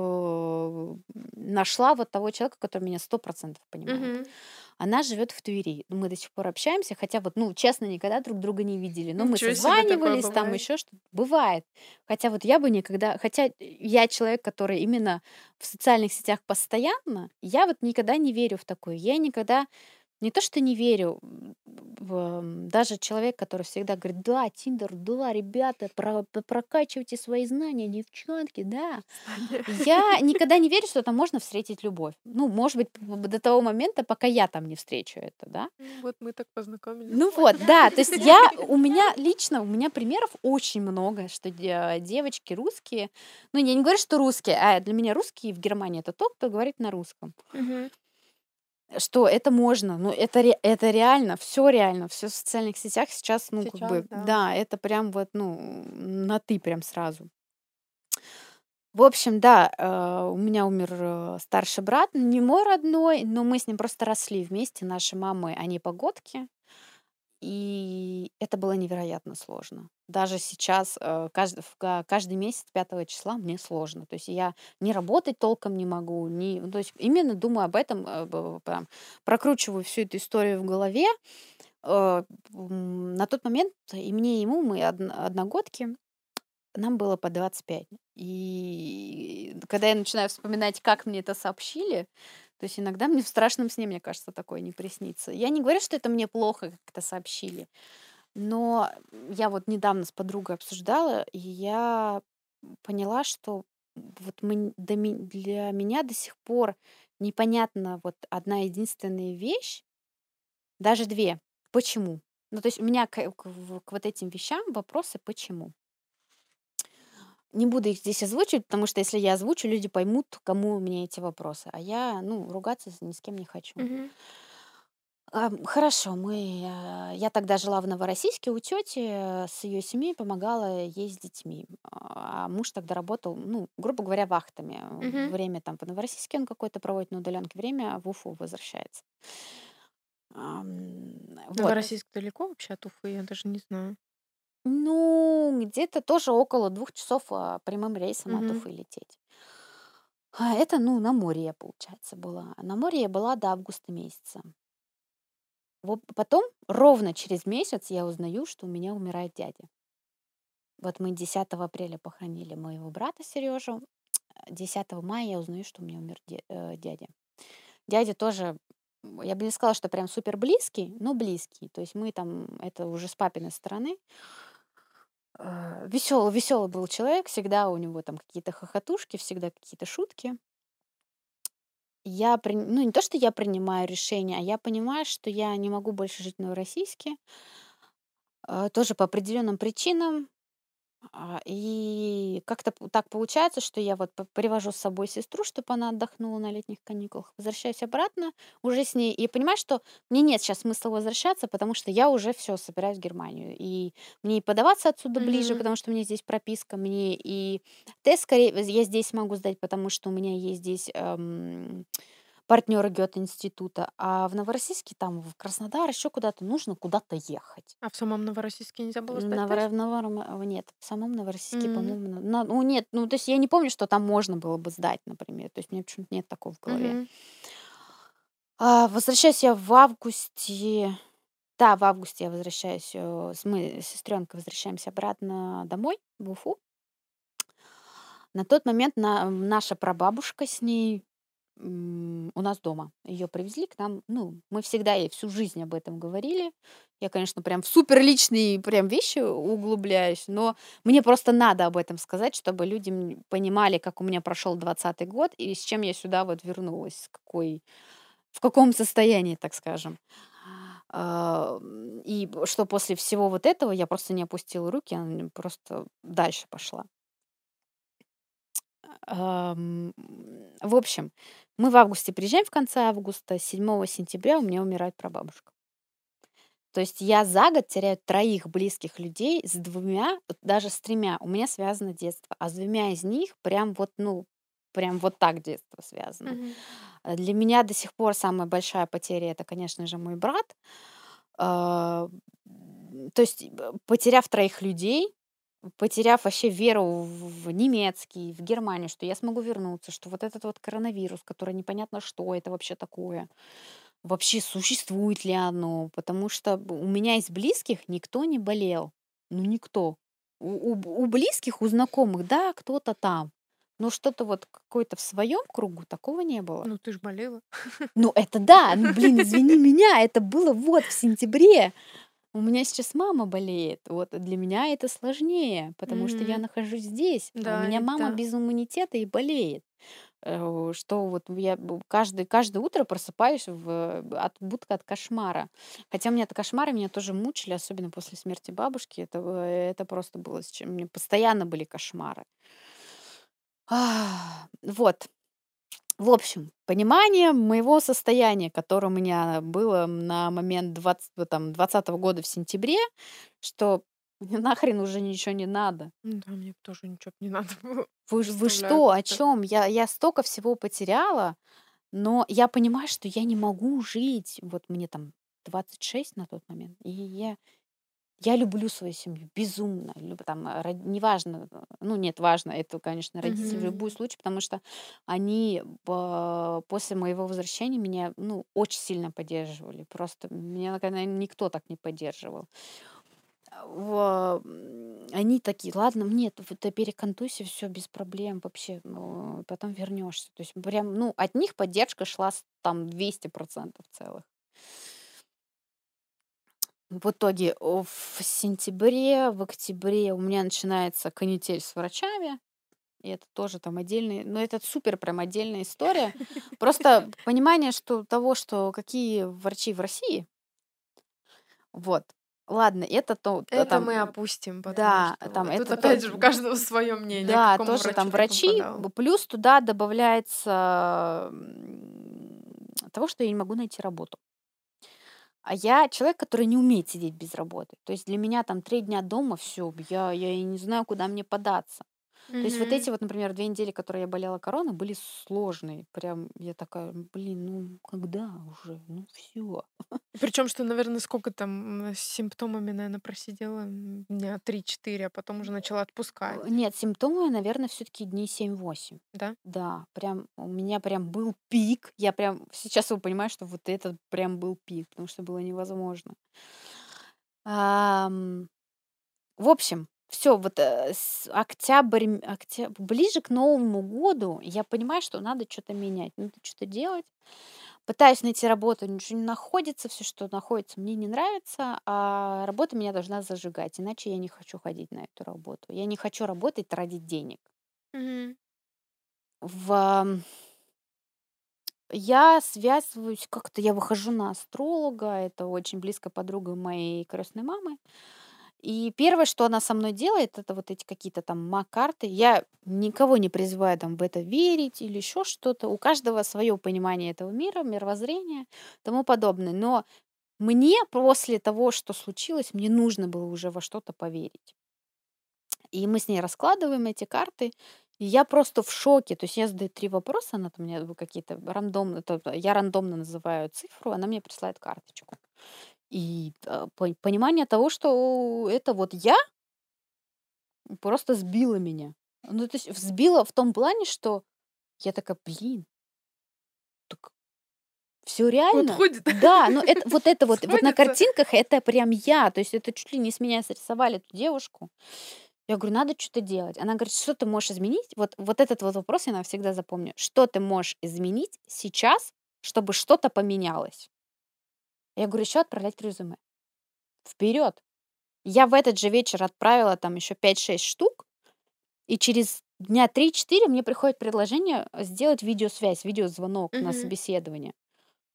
S4: нашла вот того человека, который меня 100% понимает.
S3: Мгм.
S4: Она живет в Твери. Мы до сих пор общаемся, хотя вот, ну, честно, никогда друг друга не видели. Но мы
S3: Ничего себе, такое
S4: созванивались, там
S3: бывает.
S4: еще что-то. Бывает. Хотя вот я бы никогда... Хотя я человек, который именно в социальных сетях постоянно, я вот никогда не верю в такое. Я никогда не то, что не верю, даже человек, который всегда говорит, да, Тиндер, да, ребята, прокачивайте свои знания, девчонки, да. Я никогда не верю, что там можно встретить любовь. Ну, может быть, до того момента, пока я там не встречу это, да.
S3: Вот мы так познакомились.
S4: Ну вот, да, то есть у меня лично, у меня примеров очень много, что девочки русские, ну, я не говорю, что русские, а для меня русские в Германии это тот, кто говорит на русском.
S3: Мгм.
S4: Что это можно, ну, это реально, все в социальных сетях сейчас, ну, как
S3: Сейчас,
S4: бы,
S3: да.
S4: да, это прям вот, ну, на «ты» прям сразу. В общем, да, у меня умер, старший брат, не мой родной, но мы с ним просто росли вместе. Наши мамы, они погодки, и это было невероятно сложно. Даже сейчас, каждый месяц 5 числа мне сложно. То есть я не работать толком не могу, ну, то есть именно думаю об этом, прям прокручиваю всю эту историю в голове. На тот момент и мне, и ему, мы одногодки, нам было по 25. И когда я начинаю вспоминать, как мне это сообщили, то есть иногда мне в страшном сне, мне кажется, такое не приснится. Я не говорю, что это мне плохо, как это сообщили, но я вот недавно с подругой обсуждала, и я поняла, что вот для меня до сих пор непонятна вот одна единственная вещь, даже две. Почему? Ну, то есть у меня к вот этим вещам вопросы «почему?». Не буду их здесь озвучивать, потому что если я озвучу, люди поймут, кому мне эти вопросы. А я, ну, ругаться ни с кем не хочу.
S3: Мгм.
S4: Хорошо, я тогда жила в Новороссийске у тети, с ее семьей помогала ей с детьми. А муж тогда работал, ну, грубо говоря, вахтами.
S3: Мгм.
S4: Время там в Новороссийске он какое-то проводит на удаленке, время в Уфу возвращается. Вот.
S3: Новороссийск далеко вообще от Уфы? Я даже не знаю.
S4: Ну, где-то тоже около 2 часов прямым рейсом от
S3: Мгм.
S4: Уфы лететь. Это, ну, на море я, получается, была. На море я была до августа месяца. Вот потом, ровно через месяц, я узнаю, что у меня умирает дядя. Вот мы 10 апреля похоронили моего брата Сережу. 10 мая я узнаю, что у меня умер дядя. Дядя тоже, я бы не сказала, что прям супер близкий, но близкий. То есть мы там, это уже с папиной стороны. Веселый был человек, всегда у него там какие-то хохотушки, всегда какие-то шутки. Ну, не то, что я принимаю решение, а я понимаю, что я не могу больше жить в Новороссийске, тоже по определенным причинам. И как-то так получается, что я вот привожу с собой сестру, чтобы она отдохнула на летних каникулах, возвращаюсь обратно уже с ней, и понимаю, что мне нет сейчас смысла возвращаться, потому что я уже все собираюсь в Германию. И мне и подаваться отсюда ближе,
S3: Мгм.
S4: потому что у меня здесь прописка, мне и тест скорее я здесь могу сдать, потому что у меня есть здесь партнеры Гёте-института, а в Новороссийске, там, в Краснодар, еще куда-то нужно куда-то ехать.
S3: А в самом Новороссийске нельзя было сдать тест?
S4: Нет, в самом Новороссийске,
S3: М.
S4: по-моему, ну нет, ну то есть я не помню, что там можно было бы сдать, например, то есть у меня почему-то нет такого в голове.
S3: Мгм.
S4: Возвращаюсь я в августе, да, в августе я возвращаюсь, мы с сестренкой возвращаемся обратно домой, в Уфу. На тот момент наша прабабушка с ней у нас дома. Ее привезли к нам. Ну, мы всегда ей всю жизнь об этом говорили. Я, конечно, прям в супер личные прям вещи углубляюсь, но мне просто надо об этом сказать, чтобы люди понимали, как у меня прошел 2020 год и с чем я сюда вот вернулась, с какой в каком состоянии, так скажем. И что после всего вот этого я просто не опустила руки, просто дальше пошла. В общем, мы в августе приезжаем, в конце августа, 7 сентября у меня умирает прабабушка. То есть я за год теряю 3 близких людей, с 2, даже с 3 у меня связано детство, а с 2 из них прям вот, ну, прям вот так детство связано.
S3: Мгм.
S4: Для меня до сих пор самая большая потеря — это, конечно же, мой брат. А, То есть, потеряв 3 людей, потеряв вообще веру в немецкий, в Германию, что я смогу вернуться, что вот этот вот коронавирус, который непонятно, что это вообще такое, вообще существует ли оно, потому что у меня из близких никто не болел, ну никто. У близких, у знакомых, да, кто-то там, но что-то вот какое-то в своем кругу такого не было.
S3: Ну, ты ж болела.
S4: Ну это да, ну блин, извини меня, это было вот в сентябре. У меня сейчас мама болеет. Вот для меня это сложнее, потому что я
S3: Мгм.
S4: нахожусь здесь. А у
S3: Да,
S4: меня мама
S3: да.
S4: без иммунитета и болеет. Что вот я каждое утро просыпаюсь будто от кошмара. Хотя у меня это кошмары меня тоже мучили, особенно после смерти бабушки. Это просто было с чем. У меня постоянно были кошмары. Вот. В общем, понимание моего состояния, которое у меня было на момент 2020 года в сентябре, что мне нахрен уже ничего не надо.
S3: Да, мне тоже ничего не надо было.
S4: Вы
S3: Представляю,
S4: что,
S3: как
S4: о
S3: это.
S4: чем? Я столько всего потеряла, но я понимаю, что я не могу жить. Вот мне там 26 на тот момент, и я люблю свою семью безумно. Там, неважно, ну нет, важно, это, конечно, родители в
S3: Мгм.
S4: любой случай, потому что они после моего возвращения меня, ну, очень сильно поддерживали. Просто меня, наверное, никто так не поддерживал. Они такие, ладно, нет, вот ты перекантуйся, все без проблем вообще, потом вернешься. То есть прям, ну, от них поддержка шла там 200% целых. В итоге в сентябре, в октябре у меня начинается канитель с врачами. И это тоже там отдельный, но это супер прям отдельная история. Просто понимание, что того, что какие врачи в России, вот. Ладно, это
S3: Это
S4: там,
S3: мы опустим, потому
S4: да,
S3: что
S4: там
S3: тут
S4: это
S3: опять же у каждого свое мнение, к
S4: да,
S3: какому
S4: тоже там
S3: врачу ты
S4: врачи,
S3: попадал.
S4: плюс туда добавляется того, что я не могу найти работу. А я человек, который не умеет сидеть без работы. То есть для меня там 3 дня дома, все, я и не знаю, куда мне податься. То есть вот
S3: Мгм.
S4: эти вот, например, 2 недели, которые я болела короной, были сложные. Прям я такая, блин, ну когда уже? Ну все.
S3: Причем, что, наверное, сколько там с симптомами, наверное, просидела дня 3-4, а потом уже начала отпускать,
S4: Нет, симптомы, наверное, все-таки дней 7-8.
S3: да?
S4: Да, прям у меня прям был пик. Я прям сейчас его понимаю, что вот этот прям был пик, потому что было невозможно. Ам, В общем, все, вот ближе к Новому году я понимаю, что надо что-то менять, надо что-то делать. Пытаюсь найти работу, ничего не находится, все, что находится, мне не нравится, а работа меня должна зажигать, иначе я не хочу ходить на эту работу. Я не хочу работать ради денег.
S3: Мгм.
S4: В Я связываюсь как-то, я выхожу на астролога, это очень близкая подруга моей крестной мамы. И первое, что она со мной делает, это вот эти какие-то там карты. Я никого не призываю там в это верить или еще что-то. У каждого свое понимание этого мира, мировоззрения, тому подобное. Но мне после того, что случилось, мне нужно было уже во что-то поверить. И мы с ней раскладываем эти карты. И я просто в шоке. То есть я задаю 3 вопроса, она там мне какие-то рандомно, я рандомно называю цифру, она мне присылает карточку. И понимание того, что это вот я, просто сбило меня. Ну, то есть взбило в том плане, что я такая, блин, так все реально.
S3: Подходит,
S4: Да, но это вот на
S3: сходится.
S4: картинках это прям я. То есть это чуть ли не с меня срисовали эту девушку. Я говорю, надо что-то делать. Она говорит, что ты можешь изменить? Вот этот вот вопрос я навсегда запомню. Что ты можешь изменить сейчас, чтобы что-то поменялось? Я говорю, еще отправлять резюме. Вперед. Я в этот же вечер отправила там еще 5-6 штук, и через дня 3-4 мне приходит предложение сделать видеосвязь, видеозвонок на
S3: Мгм.
S4: собеседование.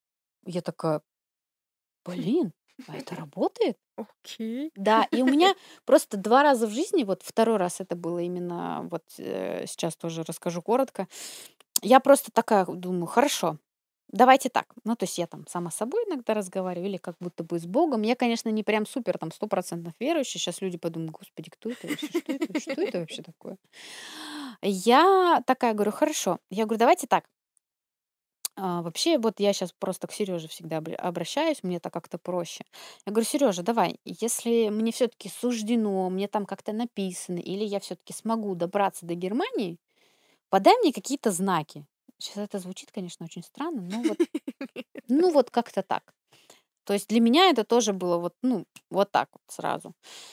S4: Я такая, блин, а это работает?
S3: Окей.
S4: Да, и у меня просто 2 раза в жизни, вот второй раз это было именно, вот сейчас тоже расскажу коротко. Я просто такая думаю, хорошо, давайте так. Ну, то есть я там сама с собой иногда разговариваю или как будто бы с Богом. Я, конечно, не прям супер там 100% верующая. Сейчас люди подумают, господи, кто это вообще? Что это вообще такое? Я такая говорю, хорошо. Я говорю, давайте так. Вообще, вот я сейчас просто к Сереже всегда обращаюсь, мне так как-то проще. Я говорю, Сережа, давай, если мне все-таки суждено, мне там как-то написано, или я все-таки смогу добраться до Германии, подай мне какие-то знаки. Сейчас это звучит, конечно, очень странно, но вот, ну вот как-то так. То есть для меня это тоже было вот, ну, вот так вот сразу.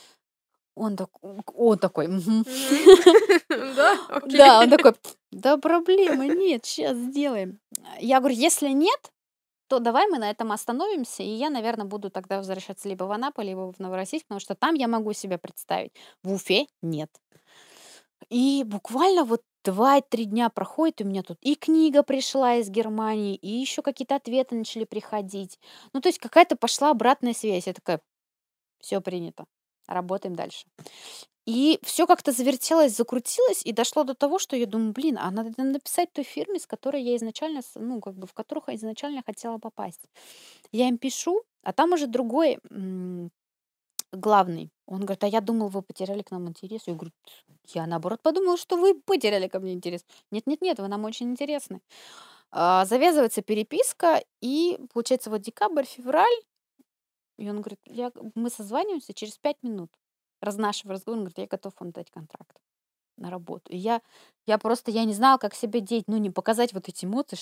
S4: Он такой, «Мгм».
S3: Да, окей.
S4: Да, он такой, да проблемы нет, сейчас сделаем. Я говорю, если нет, то давай мы на этом остановимся, и я, наверное, буду тогда возвращаться либо в Анапу, либо в Новороссийск, потому что там я могу себя представить. В Уфе нет. И буквально вот 2-3 дня проходит, и у меня тут и книга пришла из Германии, и еще какие-то ответы начали приходить. Ну, то есть какая-то пошла обратная связь. Я такая, все принято, работаем дальше. И все как-то завертелось, закрутилось, и дошло до того, что я думаю, блин, а надо написать той фирме, с которой я изначально, ну, как бы, в которых я изначально хотела попасть. Я им пишу, а там уже другой главный. Он говорит, а я думал, вы потеряли к нам интерес. Я говорю, я наоборот подумала, что вы потеряли ко мне интерес. Нет-нет-нет, вы нам очень интересны. Завязывается переписка, и получается вот декабрь, февраль, и он говорит, мы созваниваемся через 5 минут. Нашего разговора, он говорит, я готов вам дать контракт на работу. И я просто, я не знала, как себя деть, ну, не показать вот эти эмоции,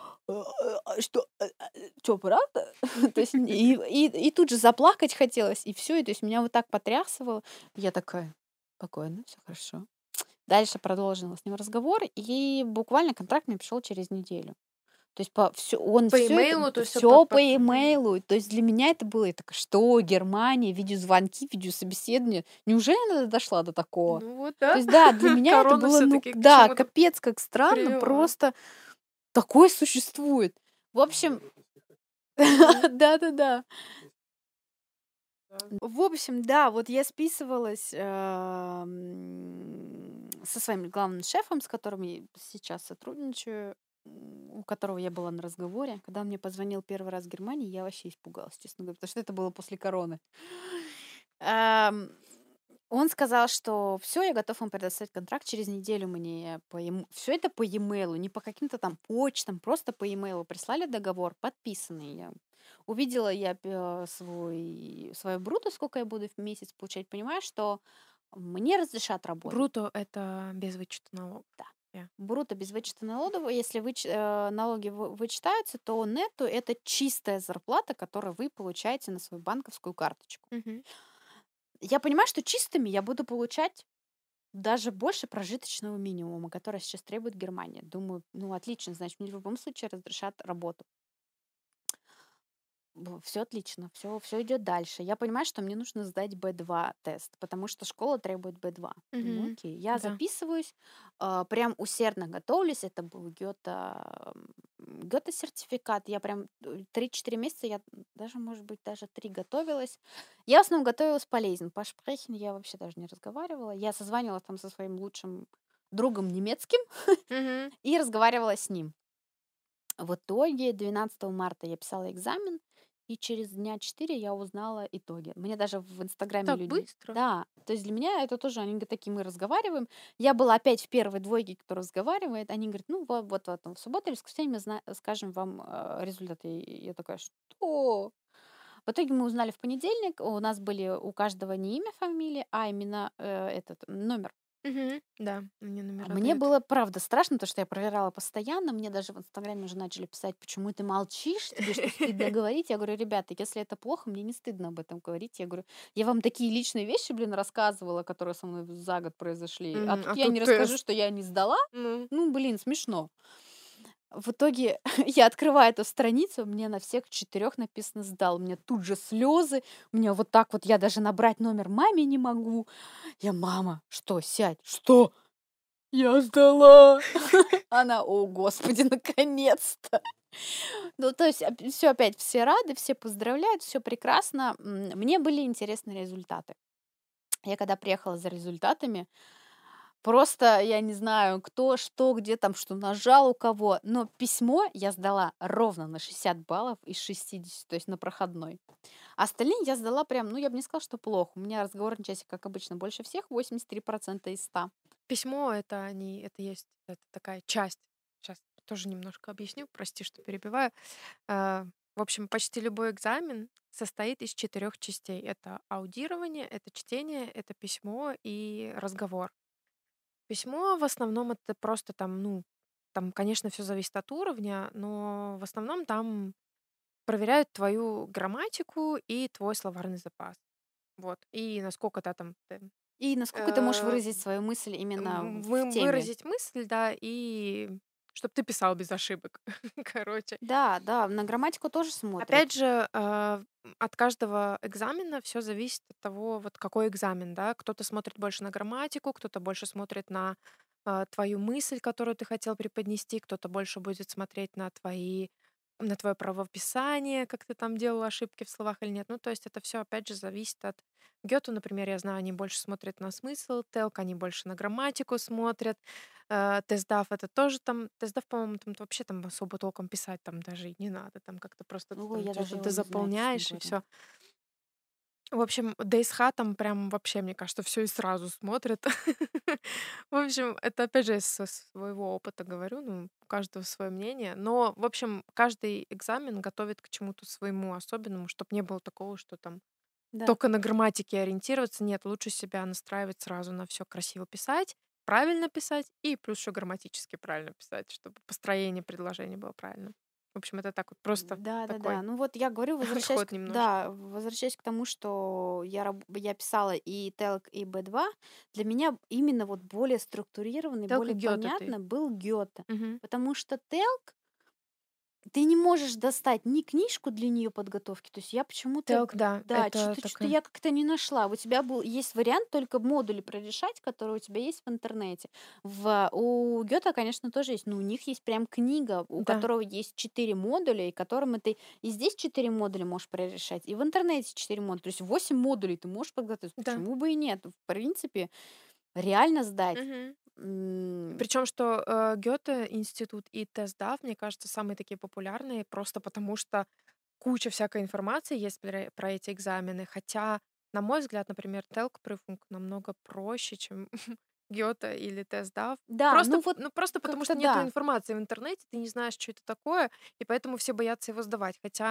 S4: что, правда? То есть, и тут же заплакать хотелось, и все, и то есть меня вот так потрясывало. Я такая, спокойно, все хорошо. Дальше продолжила с ним разговор, и буквально контракт мне пришел через неделю. То есть он
S3: По
S4: все это,
S3: имейлу, то есть
S4: все по имейлу. То есть для меня это было, я такая, что, Германия, видеозвонки, видеособеседование. Неужели она дошла до такого?
S3: Ну вот,
S4: То
S3: да.
S4: есть, да, для меня это
S3: Корона
S4: было, ну,
S3: всё-таки к
S4: да,
S3: чему-то
S4: капец, как странно,
S3: привела.
S4: просто такое существует. В общем,
S3: Мгм.
S4: да-да-да.
S3: Да.
S4: В общем, да, вот я списывалась со своим главным шефом, с которым я сейчас сотрудничаю, у которого я была на разговоре. Когда он мне позвонил первый раз в Германии, я вообще испугалась, честно говоря, потому что это было после короны. Ам, Он сказал, что все, я готов вам предоставить контракт через неделю мне все это по e-mail, не по каким-то там почтам, просто по e-mail прислали договор, подписанный. Увидела я свою брутто, сколько я буду в месяц получать, понимаю, что мне разрешат работать.
S3: Бруто — это без вычета налогов.
S4: Да.
S3: Я.
S4: Брутто без вычета налогов. Если налоги вычитаются, то нетто — это чистая зарплата, которую вы получаете на свою банковскую карточку.
S3: Мгм.
S4: Я понимаю, что чистыми я буду получать даже больше прожиточного минимума, который сейчас требует Германия. Думаю, ну отлично, значит, мне в любом случае разрешат работу. Все отлично, все идет дальше. Я понимаю, что мне нужно сдать B2 тест, потому что школа требует B2. Думаю,
S3: Мгм.
S4: окей, я
S3: Да.
S4: записываюсь, прям усердно готовлюсь. Это был Гёте сертификат. Я прям 3-4 месяца, я даже, может быть, даже 3 готовилась. Я в основном готовилась полезно. По Sprechen я вообще даже не разговаривала. Я созванивалась там со своим лучшим другом немецким
S3: Мгм.
S4: и разговаривала с ним. В итоге 12 марта я писала экзамен, и через дня 4 я узнала итоги. Мне даже в Инстаграме
S3: Так
S4: люди...
S3: быстро.
S4: Да, то есть для меня это тоже, они говорят, такие, мы разговариваем. Я была опять в первой двойке, кто разговаривает. Они говорят, ну вот в субботу или воскресенье мы скажем вам результаты. И я такая, что? В итоге мы узнали в понедельник. У нас были у каждого не имя, фамилия, а именно этот номер.
S3: Мгм. Да, они номера
S4: Мне
S3: дают.
S4: было, правда, страшно, потому что я проверяла постоянно. Мне даже в Инстаграме уже начали писать, почему ты молчишь, тебе что, стыдно говорить? Я говорю, ребята, если это плохо, мне не стыдно об этом говорить. Я говорю, я вам такие личные вещи, рассказывала, которые со мной за год произошли. А тут
S3: А
S4: я
S3: тут
S4: не расскажу,
S3: тест.
S4: что я не сдала.
S3: Ну.
S4: Ну, блин, смешно. В итоге я открываю эту страницу, мне на всех 4 написано «сдал». У меня тут же слезы, у меня вот так вот, я даже набрать номер маме не могу. Я, мама, что, сядь, что? Я сдала. Она, о, господи, наконец-то. Ну, то есть все опять, все рады, все поздравляют, все прекрасно. Мне были интересны результаты. Я когда приехала за результатами, просто я не знаю, кто что, где там что нажал у кого, но письмо я сдала ровно на 60 баллов из 60, то есть на проходной. А остальные я сдала прям, ну, я бы не сказала, что плохо. У меня разговорный часик, как обычно, больше всех, 83% из 100.
S3: Письмо это есть, это такая часть. Сейчас тоже немножко объясню, прости, что перебиваю. А, В общем, почти любой экзамен состоит из 4 частей. Это аудирование, это чтение, это письмо и разговор. Письмо в основном это просто там, ну, там, конечно, все зависит от уровня, но в основном там проверяют твою грамматику и твой словарный запас. Вот. И насколько ты
S4: И насколько ты можешь
S3: э,
S4: выразить свою мысль именно в теме.
S3: выразить мысль, да, и чтобы ты писал без ошибок. Короче.
S4: Да, да, на грамматику тоже
S3: Опять
S4: смотрят.
S3: же, от каждого экзамена все зависит от того, вот какой экзамен, да. Кто-то смотрит больше на грамматику, кто-то больше смотрит на твою мысль, которую ты хотел преподнести, кто-то больше будет смотреть на твое правописание, как ты там делал ошибки в словах или нет. Ну, то есть это все опять же зависит от Гёте, например, я знаю, они больше смотрят на смысл, Телк, они больше на грамматику смотрят. Тездав это тоже там, Тездав, по-моему, там вообще там особо толком писать там даже и не надо, там как-то просто ты
S4: Ой,
S3: там
S4: я даже
S3: что-то
S4: его
S3: ты
S4: не знаю, честно
S3: заполняешь и
S4: говоря.
S3: все. В общем, ДСХ там прям вообще, мне кажется, все и сразу смотрят. В общем, это опять же со своего опыта говорю, ну, у каждого свое мнение. Но, в общем, каждый экзамен готовит к чему-то своему особенному, чтобы не было такого, что там
S4: Да.
S3: только на грамматике ориентироваться. Нет, лучше себя настраивать сразу на все красиво писать, правильно писать и плюс еще грамматически правильно писать, чтобы построение предложения было правильно. В общем, это так вот просто
S4: Да-да-да.
S3: такой
S4: Ну вот я говорю, возвращаясь
S3: отход
S4: к
S3: немножко.
S4: да, возвращаясь к тому, что я писала и ТЭЛК, и Б2, для меня именно вот более структурированный,
S3: Только
S4: более
S3: Гёте ты.
S4: понятно был Гёте.
S3: Мгм.
S4: Потому что ТЭЛК ты не можешь достать ни книжку для нее подготовки. То есть я почему-то,
S3: Телк, да,
S4: да,
S3: это
S4: что-то
S3: такая.
S4: я как-то не нашла. У тебя есть вариант только модули прорешать, которые у тебя есть в интернете. У Гёта, конечно, тоже есть, но у них есть прям книга, у
S3: Да.
S4: которого есть 4 модуля, и которым ты и здесь 4 модуля можешь прорешать, и в интернете 4 модуля. То есть 8 модулей ты можешь подготовить.
S3: Да.
S4: Почему бы и нет? В принципе, реально сдать.
S3: Мгм.
S4: М,
S3: Причем, что Гёте-институт и Тесдав, мне кажется, самые такие популярные, просто потому что куча всякой информации есть про эти экзамены. Хотя, на мой взгляд, например, Телк-прüfung намного проще, чем Гёте или Тесдав.
S4: Да,
S3: Просто,
S4: ну вот
S3: ну, просто потому
S4: как-то
S3: что нету
S4: да.
S3: информации в интернете, ты не знаешь, что это такое, и поэтому все боятся его сдавать. Хотя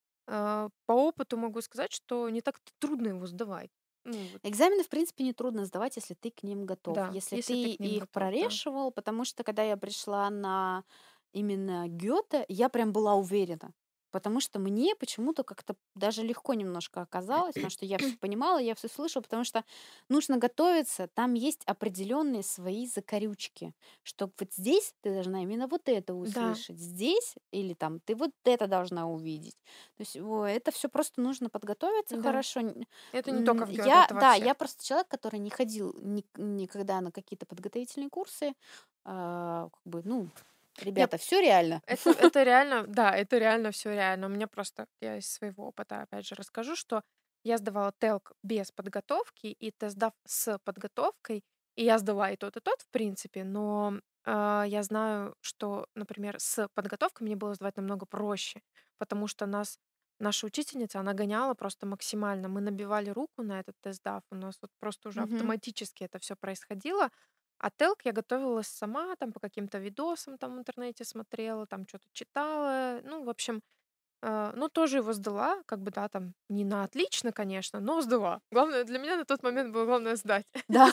S3: по опыту могу сказать, что не так трудно его сдавать. Ну, вот,
S4: Экзамены, в принципе, нетрудно сдавать, если ты к ним готов,
S3: да,
S4: если
S3: если ты
S4: ты
S3: к ним
S4: их
S3: готов, да.
S4: прорешивал, потому что когда я пришла на именно Гёте, я прям была уверена, потому что мне почему-то как-то даже легко немножко оказалось, потому что я все понимала, я все слышала, потому что нужно готовиться, там есть определенные свои закорючки, что вот здесь ты должна именно вот это
S3: Да.
S4: услышать, здесь или там ты вот это должна увидеть. То есть это все просто нужно подготовиться
S3: Да.
S4: хорошо.
S3: Это не только в Гёте,
S4: Я,
S3: это во
S4: да, я
S3: всех.
S4: просто человек, который не ходил никогда на какие-то подготовительные курсы. Как бы, ну,
S3: Не,
S4: ребята, все реально.
S3: это реально, да, это реально все реально. У меня просто, я из своего опыта опять же расскажу, что я сдавала ТЭЛК без подготовки и ТЭСДАФ с подготовкой, и я сдала и тот, в принципе, но я знаю, что, например, с подготовкой мне было сдавать намного проще, потому что наша учительница, она гоняла просто максимально. Мы набивали руку на этот ТЭСДАФ, у нас вот просто уже
S4: Мгм.
S3: автоматически это все происходило, а телк я готовилась сама, там по каким-то видосам там в интернете смотрела, там что то читала. Ну, в общем, ну, тоже его сдала, как бы, да, там не на отлично, конечно, но сдала. Главное, для меня на тот момент было главное сдать.
S4: Да,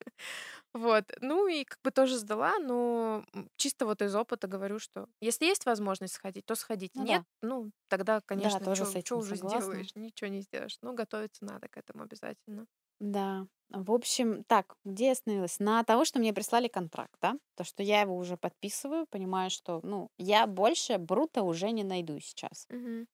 S3: Вот. Ну и как бы тоже сдала, но, чисто вот из опыта говорю, что если есть возможность сходить, то сходите.
S4: ну
S3: Нет,
S4: да,
S3: ну, тогда,
S4: да,
S3: конечно,
S4: тоже с
S3: что
S4: этим
S3: уже
S4: согласна.
S3: сделаешь? Ничего не сделаешь. Но готовиться надо к этому обязательно.
S4: Да. В общем, так, где я остановилась? На того, что мне прислали контракт, да? То, что я его уже подписываю, понимаю, что, ну, я больше брута уже не найду сейчас.
S3: Мгм.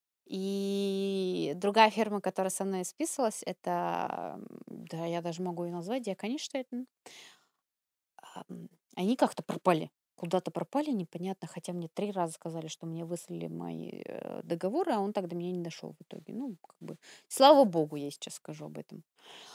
S4: И другая фирма, которая со мной списывалась, это, да, я даже могу ее назвать, Диакониш, они как-то пропали. куда-то пропали непонятно, хотя мне 3 раза сказали, что мне выслали мои договоры, а он так до меня не дошел в итоге. Ну, как бы, слава богу, я сейчас скажу об этом.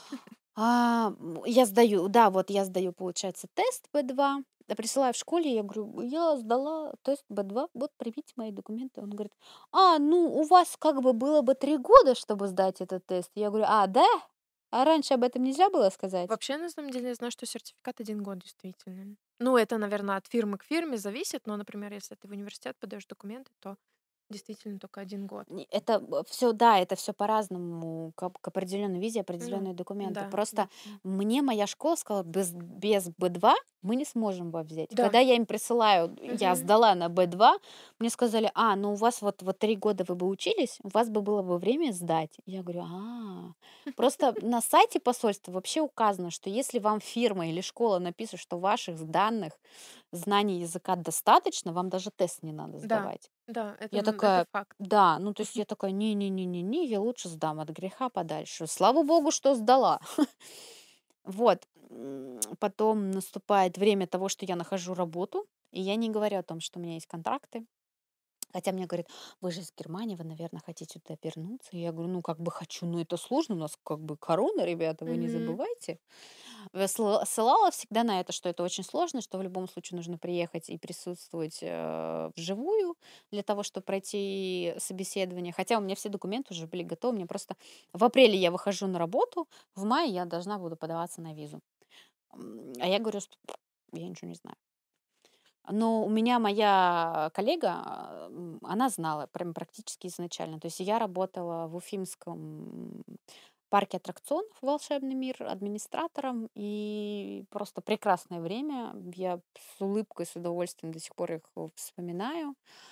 S4: Я сдаю, да, вот я сдаю, получается, тест B2, присылаю в школе, я говорю, я сдала тест B2, вот примите мои документы. Он говорит, ну, у вас как бы было бы 3 года, чтобы сдать этот тест. Я говорю, да? А раньше об этом нельзя было сказать?
S3: Вообще, на самом деле, я знаю, что сертификат 1 год действительно. Ну, это, наверное, от фирмы к фирме зависит, но, например, если ты в университет подаешь документы, то действительно только 1 год.
S4: Это все, да, это все по-разному, к определенной визе,
S3: Ну,
S4: определенные документы.
S3: да,
S4: Просто
S3: да.
S4: мне моя школа сказала, без B2 мы не сможем вас взять.
S3: Да.
S4: Когда я им присылаю, я
S3: Мгм.
S4: сдала на B2, мне сказали, ну у вас вот 3 года вы бы учились, у вас бы было бы время сдать. Я говорю, Просто на сайте посольства вообще указано, что если вам фирма или школа напишет, что ваших данных, знаний языка достаточно, вам даже тест не надо
S3: Да,
S4: сдавать.
S3: да,
S4: Я
S3: это
S4: такая,
S3: факт.
S4: да, ну, то есть я такая: "Не, я лучше сдам от греха подальше". Слава богу, что сдала. Вот, потом наступает время того, что я нахожу работу, и я не говорю о том, что у меня есть контракты. Хотя мне говорят: "Вы же из Германии, вы, наверное, хотите туда вернуться". И я говорю: "Ну, как бы хочу, но это сложно, у нас как бы корона, ребята, вы не
S3: Мгм.
S4: забывайте". Ссылала всегда на это, что это очень сложно, что в любом случае нужно приехать и присутствовать вживую для того, чтобы пройти собеседование. Хотя у меня все документы уже были готовы. Мне просто в апреле я выхожу на работу, в мае я должна буду подаваться на визу. А я говорю, что я ничего не знаю. Но у меня моя коллега, она знала прям практически изначально. То есть я работала в Уфимском парке аттракционов "Волшебный мир" администратором, и просто прекрасное время. Я с улыбкой, с удовольствием до сих пор их вспоминаю.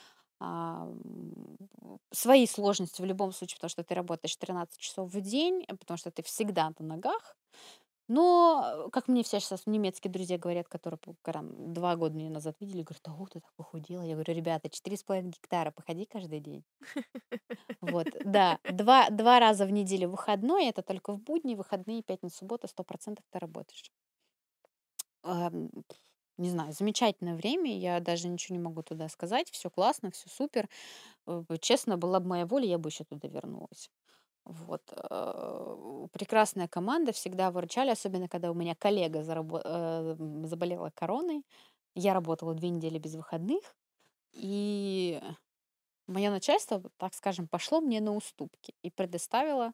S4: Свои сложности в любом случае, потому что ты работаешь 13 часов в день, потому что ты всегда на ногах. Но, как мне все сейчас немецкие друзья говорят, которые 2 года меня назад видели, говорят: "Ого, ты так похудела". Я говорю: "Ребята, 4,5 гектара, походи каждый день". Вот, да, два раза в неделю выходной, это только в будни, выходные, пятница, суббота, 100% ты работаешь. Ам, Не знаю, замечательное время, я даже ничего не могу туда сказать, все классно, все супер. Честно, была бы моя воля, я бы еще туда вернулась. Вот. Прекрасная команда, всегда выручали, особенно когда у меня коллега заболела короной. Я работала 2 недели без выходных, и мое начальство, так скажем, пошло мне на уступки и предоставило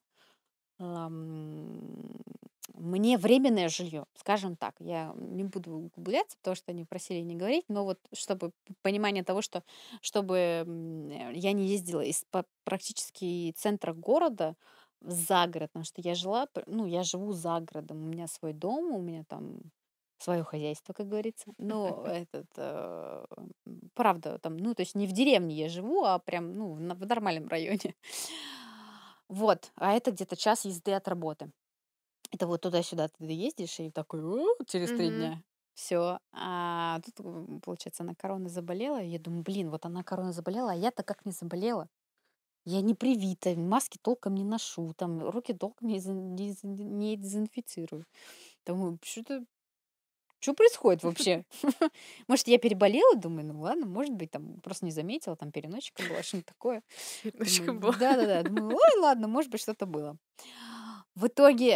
S4: ам, мне временное жилье, скажем так. Я не буду углубляться, потому что они просили не говорить, но вот чтобы понимание того, что чтобы я не ездила из практически центра города за город, потому что я живу за городом, у меня свой дом, у меня там свое хозяйство, как говорится. Но правда, там, ну, то есть не в деревне я живу, а прям, ну, в нормальном районе. Вот, а это где-то час езды от работы. Это вот туда-сюда ты ездишь и такой: через 3
S3: Мгм.
S4: дня". Все. А тут, получается, она короной заболела. И я думаю: "Блин, вот она короной заболела, а я-то как не заболела? Я не привита, маски толком не ношу, там руки толком не дезинфицирую". Думаю: что происходит вообще? Может, я переболела? Думаю, ну ладно, может быть, там просто не заметила, там переносчика была, что-нибудь такое.
S3: Немножко
S4: Думаю,
S3: было.
S4: да-да-да, думаю, ой, ладно, может быть, что-то было. В итоге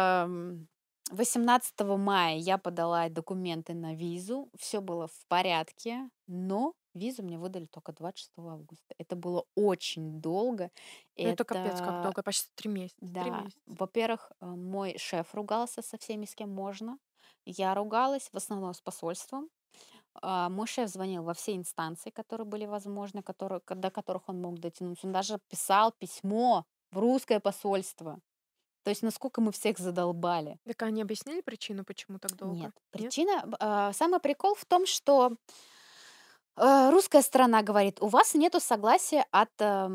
S4: 18 мая я подала документы на визу, все было в порядке, но визу мне выдали только 26 августа. Это было очень долго.
S3: Ну, это капец, как
S4: Это,
S3: долго, почти 3 месяца. Три
S4: да,
S3: месяца.
S4: во-первых, мой шеф ругался со всеми, с кем можно. Я ругалась, в основном с посольством. Мой шеф звонил во все инстанции, которые были возможны, до которых он мог дотянуться. Он даже писал письмо в русское посольство. То есть насколько мы всех задолбали.
S3: Так они объяснили причину, почему так
S4: Нет,
S3: долго? Нет?
S4: самый прикол в том, что русская сторона говорит, у вас нету согласия от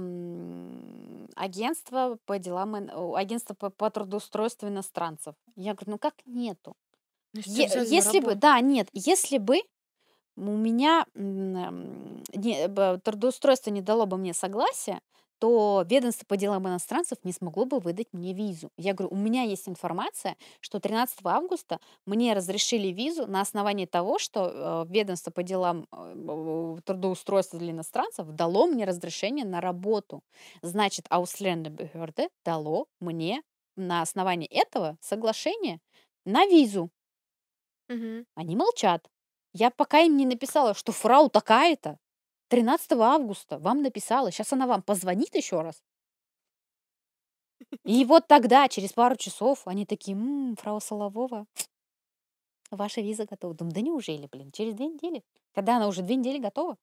S4: агентства по трудоустройству иностранцев. Я говорю, ну как нету?
S3: Ну, если тебя взяли на
S4: Если бы,
S3: работу.
S4: да, нет, если бы у меня трудоустройство не дало бы мне согласия, то ведомство по делам иностранцев не смогло бы выдать мне визу. Я говорю, у меня есть информация, что 13 августа мне разрешили визу на основании того, что ведомство по делам трудоустройства для иностранцев дало мне разрешение на работу. Значит, Ausländerbehörde дало мне на основании этого соглашение на визу.
S3: Мгм.
S4: Они молчат. Я пока им не написала, что фрау такая-то 13 августа вам написала. Сейчас она вам позвонит еще раз. И вот тогда, через пару часов, они такие, фрау Соловова, ваша виза готова. Думаю, да неужели, блин, через 2 недели? Когда она уже 2 недели готова?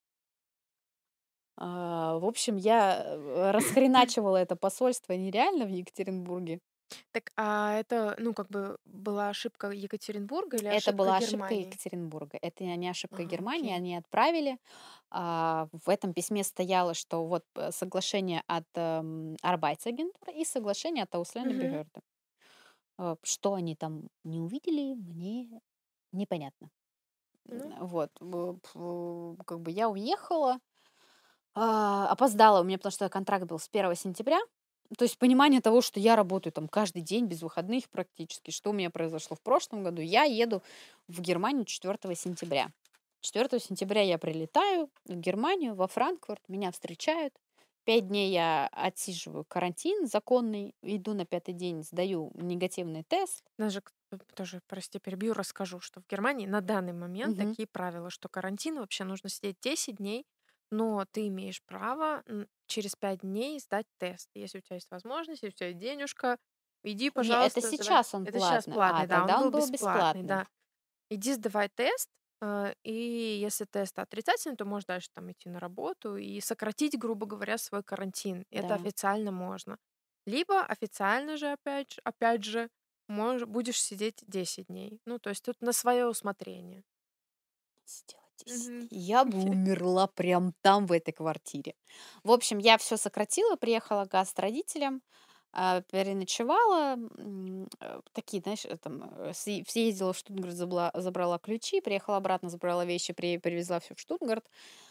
S4: В общем, я расхреначивала это посольство нереально в Екатеринбурге.
S3: Так, а это, ну, как бы была ошибка Екатеринбурга или
S4: Это
S3: ошибка
S4: была ошибка
S3: Германии?
S4: Екатеринбурга. Это не ошибка
S3: Ага,
S4: Германии.
S3: окей.
S4: Они отправили. В этом письме стояло, что вот соглашение от Arbeitsagentur и соглашение от
S3: Мгм.
S4: Ausländerbehörde. Что они там не увидели, мне непонятно.
S3: Ну,
S4: Вот. Как бы я уехала, опоздала у меня, потому что контракт был с 1 сентября. То есть понимание того, что я работаю там каждый день без выходных практически, что у меня произошло в прошлом году. Я еду в Германию 4 сентября. 4 сентября я прилетаю в Германию, во Франкфурт, меня встречают. 5 дней я отсиживаю карантин законный, иду на 5-й день, сдаю негативный тест.
S3: даже тоже, прости, перебью, расскажу, что в Германии на данный момент
S4: Мгм.
S3: такие правила, что карантин вообще нужно сидеть 10 дней, но ты имеешь право через 5 дней сдать тест. Если у тебя есть возможность, если у тебя есть денежка, иди,
S4: Не, это
S3: пожалуйста, сдавай.
S4: сейчас он
S3: Это сейчас
S4: платный, а
S3: платный, да, он
S4: тогда
S3: был
S4: он был
S3: бесплатный,
S4: бесплатный.
S3: да. Иди сдавай тест, и если тест отрицательный, то можешь дальше там идти на работу и сократить, грубо говоря, свой карантин. Это
S4: Да,
S3: официально можно. Либо официально же, опять же, будешь сидеть 10 дней. Ну, то есть тут на свое усмотрение.
S4: сделать 10
S3: Мгм.
S4: дней. Я бы умерла прям там, в этой квартире. В общем, я все сократила, приехала к родителям, переночевала. Такие, знаешь, съездила в Штутгарт, забрала ключи, приехала обратно, забрала вещи, привезла все в Штутгарт.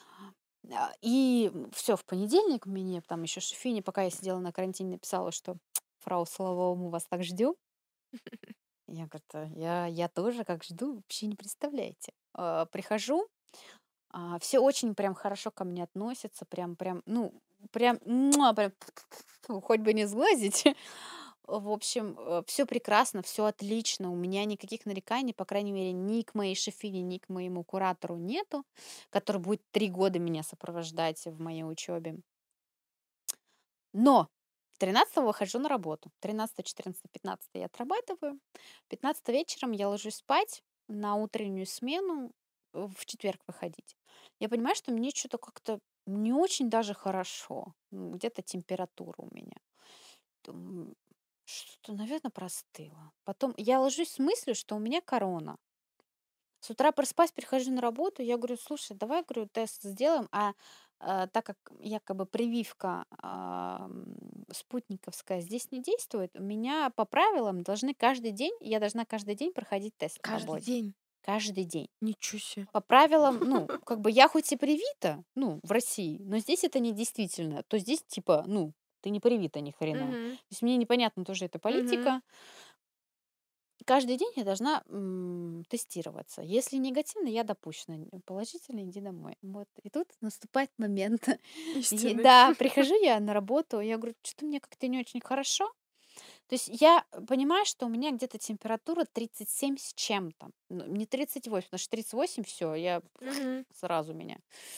S4: И все, в понедельник мне там еще Шефине, пока я сидела на карантине, написала, что фрау Соловова, мы вас так ждем. Я говорю, я тоже как жду, вообще не представляете. Прихожу, все очень прям хорошо ко мне относятся, прям, ну, прям, прям хоть бы не сглазить. В общем, все прекрасно, все отлично. У меня никаких нареканий, по крайней мере, ни к моей шефине, ни к моему куратору нету, который будет 3 года меня сопровождать в моей учебе. Но 13 выхожу на работу. 13, 14, 15 я отрабатываю. 15 вечером я ложусь спать на утреннюю смену, в четверг выходить. Я понимаю, что мне что-то как-то не очень даже хорошо. Где-то температура у меня. Думаю, что-то, наверное, простыло. Потом я ложусь с мыслью, что у меня корона. С утра проспать, прихожу на работу, я говорю, слушай, давай, говорю, тест сделаем, так как якобы прививка спутниковская здесь не действует, у меня по правилам я должна каждый день проходить тест на
S3: Каждый
S4: работе.
S3: день.
S4: Каждый день.
S3: Ничего себе.
S4: По правилам, ну, как бы я хоть и привита, ну, в России, но здесь это не действительно. То здесь, типа, ну, ты не привита ни хрена.
S3: Мгм.
S4: То есть мне непонятно тоже эта
S3: Мгм.
S4: политика. Каждый день я должна тестироваться. Если негативно, я допущена. Положительно, иди домой. Вот. И тут наступает момент.
S3: Истины.
S4: Да, прихожу я на работу, я говорю, что-то мне как-то не очень хорошо. То есть я понимаю, что у меня где-то температура 37 с чем-то. Ну, не 38, потому что 38 все, я
S3: Мгм.
S4: сразу меня.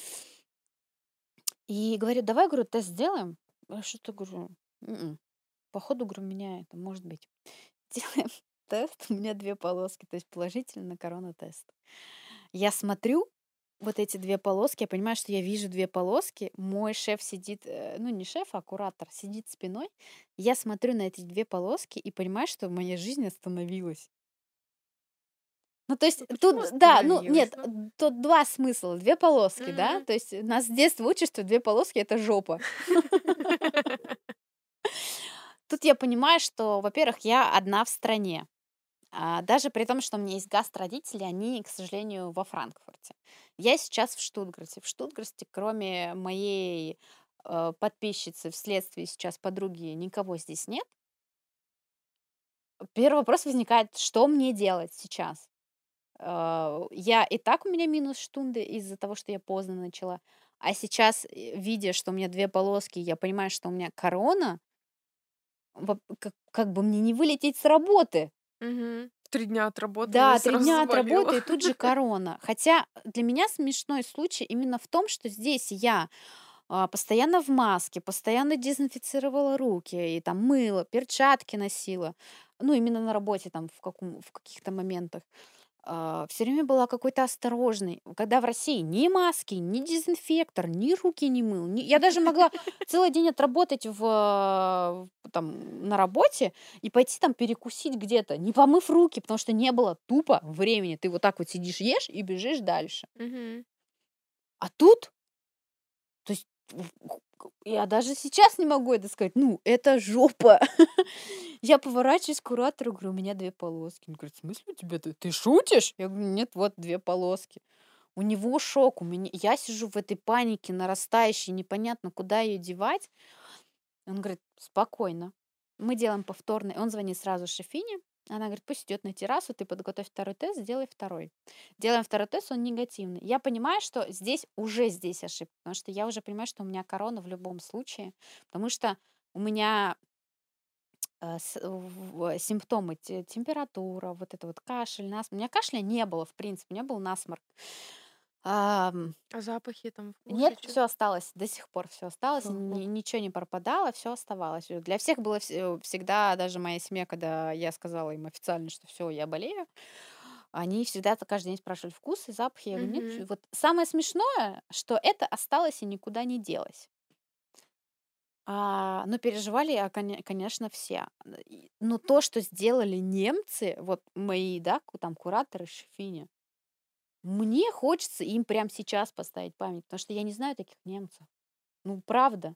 S4: И говорю, давай, говорю, тест сделаем. Что-то, говорю, походу, говорю, меня это может быть. Делаем тест, у меня 2 полоски, то есть положительно на коронатест. Я смотрю вот эти 2 полоски, я понимаю, что я вижу 2 полоски. Мой шеф сидит, ну не шеф, а куратор, сидит спиной. Я смотрю на эти 2 полоски и понимаю, что моя жизнь остановилась. Ну, то есть
S3: Ну, почему
S4: тут, да, ну,
S3: остановилась?
S4: нет,
S3: Ну.
S4: тут 2 смысла, 2 полоски, да,
S3: Мгм.
S4: то есть нас с детства учат, что 2 полоски — это жопа. Тут я понимаю, что, во-первых, я одна в стране. Даже при том, что у меня есть гастродители, они, к сожалению, во Франкфурте. Я сейчас в Штутгарте. В Штутгарте, кроме моей подписчицы, вследствие сейчас подруги, никого здесь нет. Первый вопрос возникает, что мне делать сейчас? Я и так у меня минус штунды из-за того, что я поздно начала. А сейчас, видя, что у меня 2 полоски, я понимаю, что у меня корона, как бы мне не вылететь с работы.
S3: Мгм. 3 дня отработала и
S4: Да, 3
S3: сразу
S4: дня
S3: заболела.
S4: отработаю, и тут же корона. Хотя для меня смешной случай именно в том, что здесь я постоянно в маске, постоянно дезинфицировала руки, и там мыла, перчатки носила. Ну, именно на работе там в каких-то моментах. Все время была какой-то осторожной. Когда в России ни маски, ни дезинфектор, ни руки не мыл. Я даже могла целый день отработать там, на работе и пойти там перекусить где-то, не помыв руки, потому что не было тупо времени. Ты вот так вот сидишь, ешь и бежишь дальше.
S3: Мгм.
S4: А тут, то есть, я даже сейчас не могу это сказать. Ну, это жопа. Я поворачиваюсь к куратору, говорю, у меня 2 полоски. Он говорит, в смысле у тебя? Ты шутишь? Я говорю, нет, вот 2 полоски. У него шок, у меня я сижу в этой панике нарастающей, непонятно, куда ее девать. Он говорит, спокойно. Мы делаем повторный. Он звонит сразу шефине. Она говорит, пусть идет на террасу, ты подготовь второй тест, сделай второй. Делаем второй тест, он негативный. Я понимаю, что здесь ошибка, потому что я уже понимаю, что у меня корона в любом случае, потому что у меня симптомы, температура, вот это вот кашель, насморк. У меня кашля не было, в принципе, у меня был насморк. Ам,
S3: А запахи там,
S4: Нет,
S3: вкусы, чё?
S4: все осталось, до сих пор все осталось,
S3: Слава богу.
S4: ничего не пропадало, все оставалось. Для всех было всегда, даже моя семья, когда я сказала им официально, что все, я болею, они всегда каждый день спрашивали вкус и запахи. Я говорю, нет,
S3: Мгм.
S4: вот самое смешное, что это осталось и никуда не делось. Ну, переживали, конечно, все. Но то, что сделали немцы, вот мои, да, там кураторы, шефини, мне хочется им прямо сейчас поставить память, потому что я не знаю таких немцев. Ну, правда.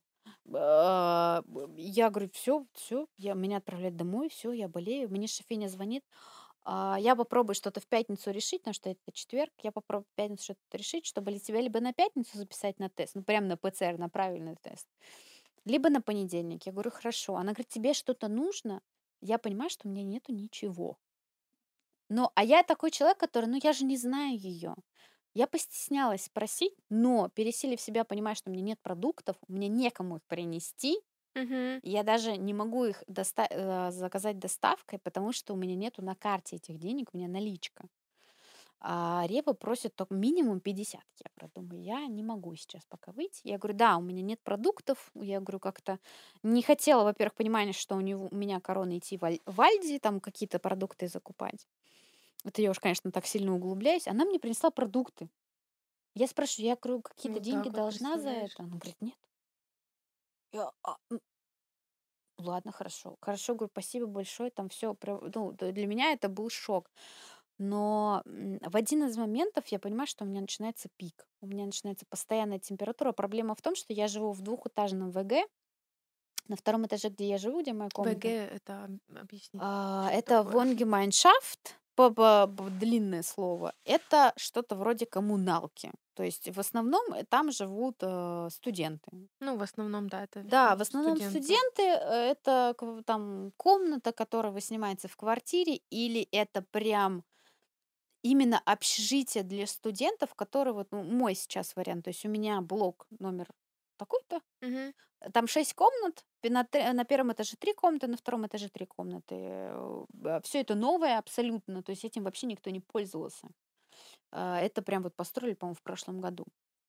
S4: Я говорю, все, меня отправляют домой, все, я болею. Мне шефиня звонит. Я попробую что-то в пятницу решить, потому что это четверг. Я попробую в пятницу что-то решить, чтобы тебя либо на пятницу записать на тест, ну, прям на ПЦР, на правильный тест, либо на понедельник. Я говорю, хорошо. Она говорит, тебе что-то нужно? Я понимаю, что у меня нету ничего. А я такой человек, который, ну, я же не знаю ее. Я постеснялась спросить, но, пересилив себя, понимаю, что у меня нет продуктов, мне некому их принести,
S3: Мгм.
S4: я даже не могу их заказать доставкой, потому что у меня нету на карте этих денег, у меня наличка. А Рева просит только минимум 50 евро. Думаю, я не могу сейчас пока выйти. Я говорю, да, у меня нет продуктов. Я говорю, как-то не хотела, во-первых, понимание, что у меня корона идти в Альди, там какие-то продукты закупать. Это я уж, конечно, так сильно углубляюсь. Она мне принесла продукты. Я спрашиваю, я говорю, какие-то
S3: Вот
S4: деньги
S3: так вот,
S4: должна за
S3: представляешь?
S4: это? Она говорит, нет. Я, ладно, хорошо. Хорошо, говорю, спасибо большое. Там все, ну, для меня это был шок. Но в один из моментов я понимаю, что у меня начинается пик. У меня начинается постоянная температура. Проблема в том, что я живу в двухэтажном ВГ. На втором этаже, где я живу, где моя
S3: ВГ —
S4: комната,
S3: это, объясни, что
S4: это
S3: такое?
S4: Вонгемайншафт, длинное слово. Это что-то вроде коммуналки. То есть в основном там живут студенты.
S3: Ну, в основном, да, это
S4: Да, в основном
S3: студенты.
S4: студенты, это там комната, которая вы снимаете в квартире, или это прям именно общежитие для студентов, который вот, ну, мой сейчас вариант. То есть у меня блок номер такой-то,
S3: Мгм.
S4: там 6 комнат, на первом этаже 3 комнаты, на втором этаже 3 комнаты. Все это новое абсолютно, то есть этим вообще никто не пользовался. Это прям вот построили, по-моему, в прошлом году.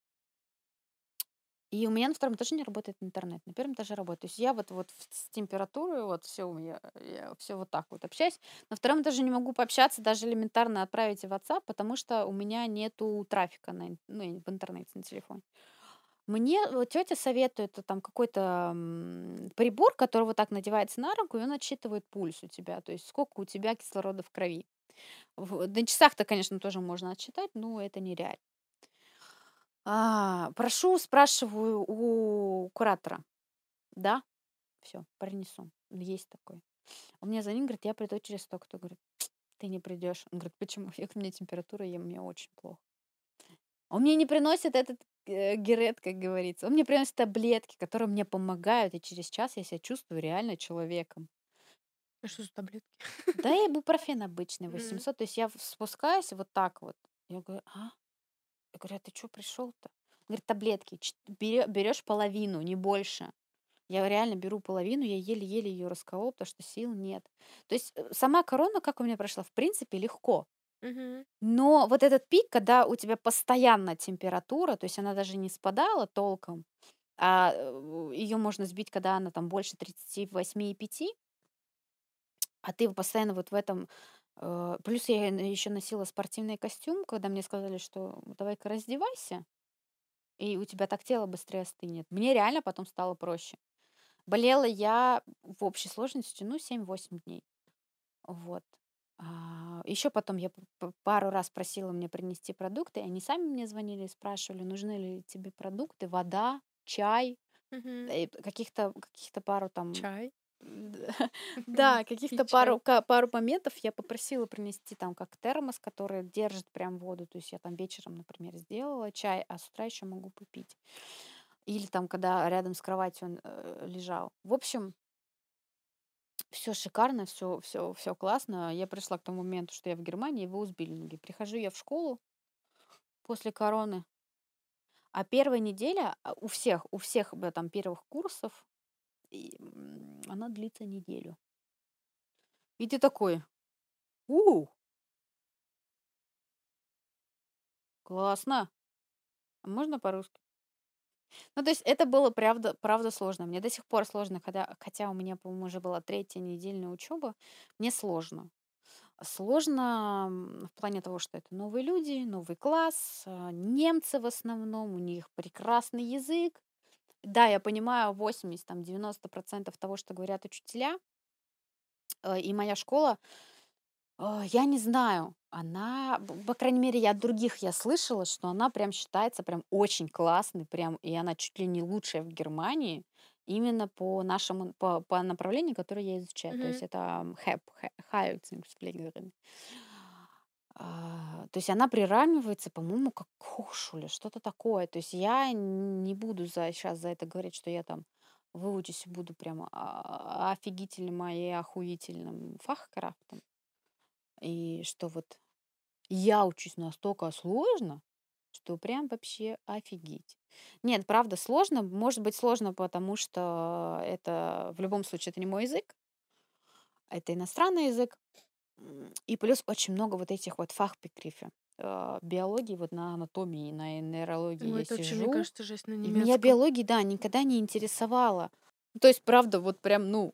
S4: И у меня на втором этаже не работает интернет, на первом этаже работает. То есть я вот с температурой, вот все у меня, я все вот так вот общаюсь. На втором этаже не могу пообщаться, даже элементарно отправить в WhatsApp, потому что у меня нету трафика ну, в интернете на телефоне. Мне тетя советует там какой-то прибор, который вот так надевается на руку, и он отсчитывает пульс у тебя, то есть сколько у тебя кислорода в крови. На часах-то, конечно, тоже можно отсчитать, но это нереально. Прошу, спрашиваю у куратора. Да, все, принесу. Есть такой. Он мне звонит, говорит, я приду через столько-то. Говорит, ты не придешь. Он говорит, почему? Я говорю, у меня температура, мне очень плохо. Он мне не приносит этот герет, как говорится. Он мне приносит таблетки, которые мне помогают, и через час я себя чувствую реально человеком.
S3: А что за таблетки?
S4: Да, ибупрофен обычный,
S3: М.
S4: 800. То есть я спускаюсь вот так вот. Я говорю, Я говорю, а ты что пришел-то? Говорит, таблетки. Берешь половину, не больше. Я реально беру половину, я еле-еле ее расколола, потому что сил нет. То есть сама корона, как у меня прошла, в принципе, легко.
S3: Мгм.
S4: Но вот этот пик, когда у тебя постоянно температура, то есть она даже не спадала толком, а ее можно сбить, когда она там больше 38,5, а ты постоянно вот в этом. Плюс я еще носила спортивный костюм, когда мне сказали, что давай-ка раздевайся, и у тебя так тело быстрее остынет. Мне реально потом стало проще. Болела я в общей сложности, ну, 7-8 дней. Вот. Еще потом я пару раз просила мне принести продукты, и они сами мне звонили и спрашивали, нужны ли тебе продукты, вода, чай,
S3: Мгм.
S4: каких-то пару там.
S3: Чай
S4: Да,
S3: и
S4: каких-то
S3: чай.
S4: пару моментов я попросила принести там как термос, который держит прям воду. То есть я там вечером, например, сделала чай, а с утра еще могу попить. Или там, когда рядом с кроватью он лежал. В общем, все шикарно, все классно. Я пришла к тому моменту, что я в Германии, в Аусбильдинге. Прихожу я в школу после короны, а первая неделя у всех там первых курсов, она длится неделю. И ты такой, у, классно, а можно по-русски? Ну, то есть это было правда сложно. Мне до сих пор сложно, хотя у меня, по-моему, уже была третья недельная учеба, мне сложно. Сложно в плане того, что это новые люди, новый класс, немцы в основном, у них прекрасный язык. Да, я понимаю 80-90% того, что говорят учителя, и моя школа, я не знаю, по крайней мере, я от других я слышала, что она прям считается прям очень классной, прям, и она чуть ли не лучшая в Германии именно по направлению, которое я изучаю. То есть
S3: Мгм.
S4: это Heilpflegerin. То есть она приравнивается, по-моему, как к Hochschule, что-то такое. То есть я не буду сейчас за это говорить, что я там выучусь и буду прям офигительным и охуительным фахкрафтом. И что вот я учусь настолько сложно, что прям вообще офигеть. Нет, правда, сложно. Может быть, сложно, потому что это в любом случае это не мой язык, это иностранный язык. И плюс очень много вот этих вот фахбегрифе. Биологии, вот на анатомии, на нейрологии
S3: Ой,
S4: я
S3: это вообще, мне
S4: сижу,
S3: кажется, жесть на
S4: и меня
S3: немецком.
S4: биология, да, никогда не интересовала. То есть, правда, вот прям, ну,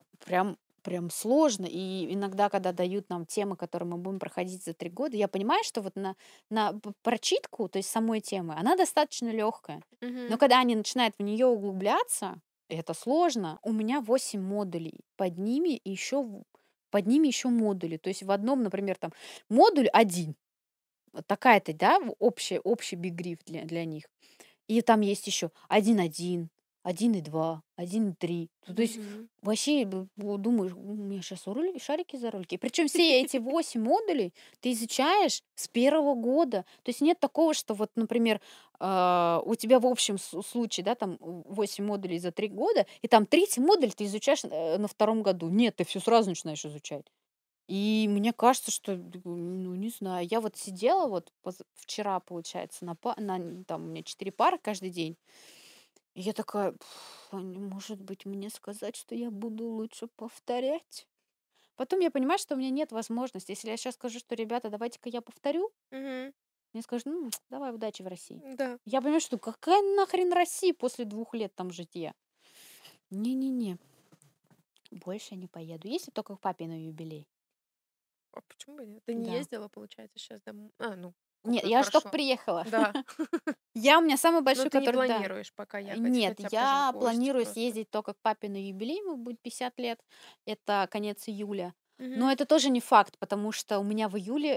S4: прям сложно. И иногда, когда дают нам темы, которые мы будем проходить за 3 года, я понимаю, что вот на прочитку, то есть самой темы, она достаточно легкая. Но
S3: Мгм.
S4: когда они начинают в нее углубляться, это сложно. У меня 8 модулей. Под ними еще модули. То есть в одном, например, там модуль один, вот такая-то, да, общий биггриф для них. И там есть еще 1.1, 1.2, 1.3. Ну, то есть
S3: Мгм.
S4: вообще думаешь, у меня сейчас шарики за ролики. Причем все эти 8 модулей ты изучаешь с первого года. То есть нет такого, что вот, например, у тебя в общем случае, да, там 8 модулей за 3 года, и там третий модуль ты изучаешь на втором году. Нет, ты все сразу начинаешь изучать. И мне кажется, что, ну, не знаю, я вот сидела вот вчера, получается, там у меня 4 пары каждый день. И я такая, может быть, мне сказать, что я буду лучше повторять? Потом я понимаю, что у меня нет возможности. Если я сейчас скажу, что, ребята, давайте-ка я повторю,
S3: Мгм.
S4: мне скажут, ну, давай, удачи в России.
S3: Да.
S4: Я понимаю, что какая нахрен Россия после 2 лет там житья? Не-не-не, больше не поеду. Если только к папе на юбилей.
S3: А почему бы нет? Ты не
S4: Да.
S3: ездила, получается, сейчас ну,
S4: Нет,
S3: сколько
S4: я же только
S3: прошло?
S4: приехала.
S3: Да.
S4: У меня самый
S3: Но
S4: большой,
S3: ты не
S4: который, да.
S3: планируешь пока ехать
S4: Нет,
S3: хотя бы даже в
S4: я
S3: гости
S4: планирую
S3: просто.
S4: съездить только к папе на юбилей, ему будет 50 лет, это конец июля. Но
S3: Мгм.
S4: это тоже не факт, потому что у меня в июле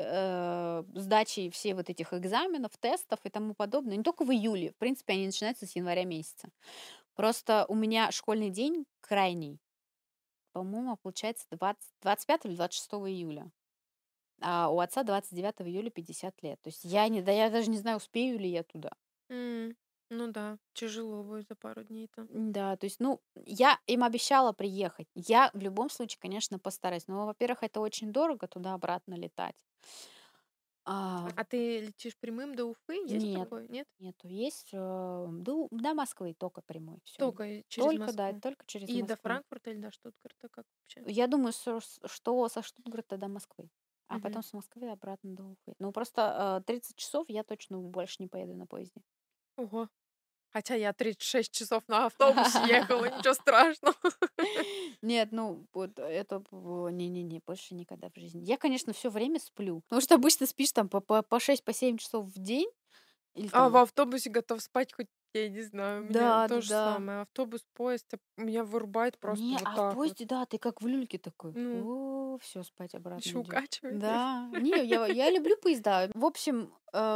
S4: сдачи все вот этих экзаменов, тестов и тому подобное. Не только в июле, в принципе, они начинаются с января месяца. Просто у меня школьный день крайний, по-моему, получается 25 или 26 июля. а у отца 29 июля 50 лет. То есть я даже не знаю, успею ли я туда.
S3: М, Ну да, тяжело будет за пару дней-то.
S4: Да, то есть, ну, я им обещала приехать. Я в любом случае, конечно, постараюсь. Но, во-первых, это очень дорого туда-обратно летать. А,
S3: А ты летишь прямым до Уфы? Есть
S4: нет,
S3: такое? Нет?
S4: нету. Есть до Москвы только прямой. Все.
S3: Только через
S4: Только, да,
S3: Москву.
S4: только через
S3: И до
S4: Москву.
S3: Франкфурта или до Штутгарта, как вообще?
S4: Я думаю, что со Штутгарта до Москвы. А
S3: Мгм.
S4: потом с Москвы обратно до Уфы. Ну, просто 30 часов я точно больше не поеду на поезде.
S3: Ого. Хотя я 36 часов на автобусе ехала, ничего страшного.
S4: Нет, ну вот это не-не-не, больше никогда в жизни. Я, конечно, все время сплю, потому что обычно спишь там по 6, по 7 часов в день или
S3: А в
S4: там
S3: автобусе готов спать хоть, я не знаю, у меня то же
S4: да-да-да.
S3: самое. Автобус, поезд, меня вырубает просто
S4: Не,
S3: вот
S4: а в
S3: так вот.
S4: поезде, да, ты как в люльке такой.
S3: Ну,
S4: О, все, спать обратно
S3: еще
S4: идешь.
S3: укачивает.
S4: Да, не, я люблю поезда. В общем,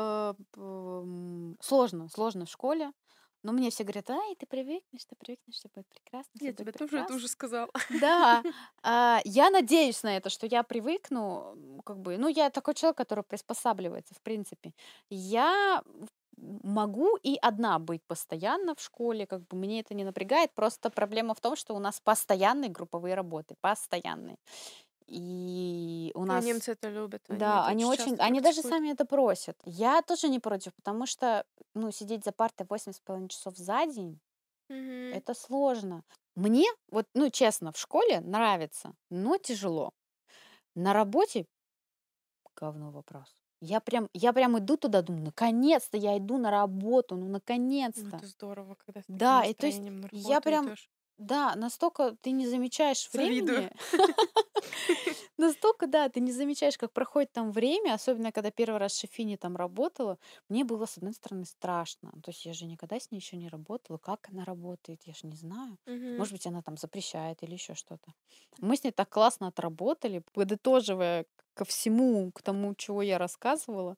S4: сложно в школе, но мне все говорят: "Ай, ты привыкнешь, все будет прекрасно, все
S3: Я
S4: будет
S3: тебе тоже это
S4: прекрасно".
S3: уже сказала.
S4: Да, я надеюсь на это, что я привыкну, как бы, ну, я такой человек, который приспосабливается, в принципе. Я могу и одна быть постоянно в школе, как бы мне это не напрягает. Просто проблема в том, что у нас постоянные групповые работы, постоянные. И у
S3: А
S4: нас,
S3: немцы это любят, они
S4: да,
S3: это очень часто
S4: они даже
S3: практикуют.
S4: сами это просят. Я тоже не против, потому что, ну, сидеть за партой 8,5 часов за день,
S3: Мгм.
S4: это сложно. Мне, вот, ну, честно, в школе нравится, но тяжело. На работе говно вопрос. Я прям иду туда, думаю, наконец-то я иду на работу, ну,
S3: Ну,
S4: наконец-то.
S3: это здорово, когда с таким
S4: Да, и то есть
S3: настроением на
S4: я
S3: работу
S4: прям,
S3: идешь.
S4: да, настолько ты не замечаешь
S3: Завидую.
S4: времени, настолько, да, ты не замечаешь, как проходит там время, особенно когда первый раз в Шефине там работала. Мне было, с одной стороны, страшно. То есть я же никогда с ней еще не работала. Как она работает, я же не знаю.
S3: Мгм.
S4: Может быть, она там запрещает или еще что-то. Мы с ней так классно отработали, подытоживая ко всему, к тому, чего я рассказывала.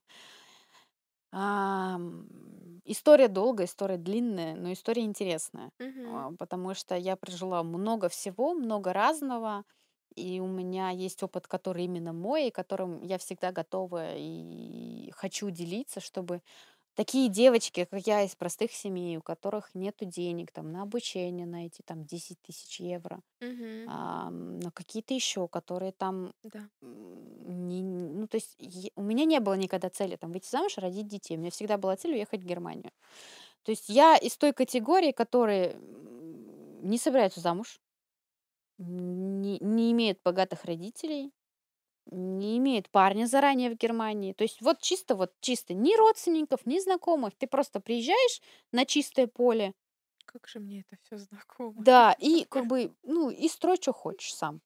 S4: История долгая, история длинная, но история интересная.
S3: Мгм.
S4: Потому что я прожила много всего, много разного, и у меня есть опыт, который именно мой, и которым я всегда готова и хочу делиться, чтобы такие девочки, как я, из простых семей, у которых нету денег там, на обучение, на эти там 10 тысяч евро,
S3: Мгм.
S4: на какие-то еще, которые там,
S3: Да.
S4: ну, то есть у меня не было никогда цели там выйти замуж и родить детей. У меня всегда была цель уехать в Германию. То есть я из той категории, которые не собираются замуж, не имеют богатых родителей, не имеют парня заранее в Германии. То есть вот чисто ни родственников, ни знакомых. Ты просто приезжаешь на чистое поле,
S3: Как же мне это все знакомо.
S4: да, и как бы, ну, и строй, что хочешь сам.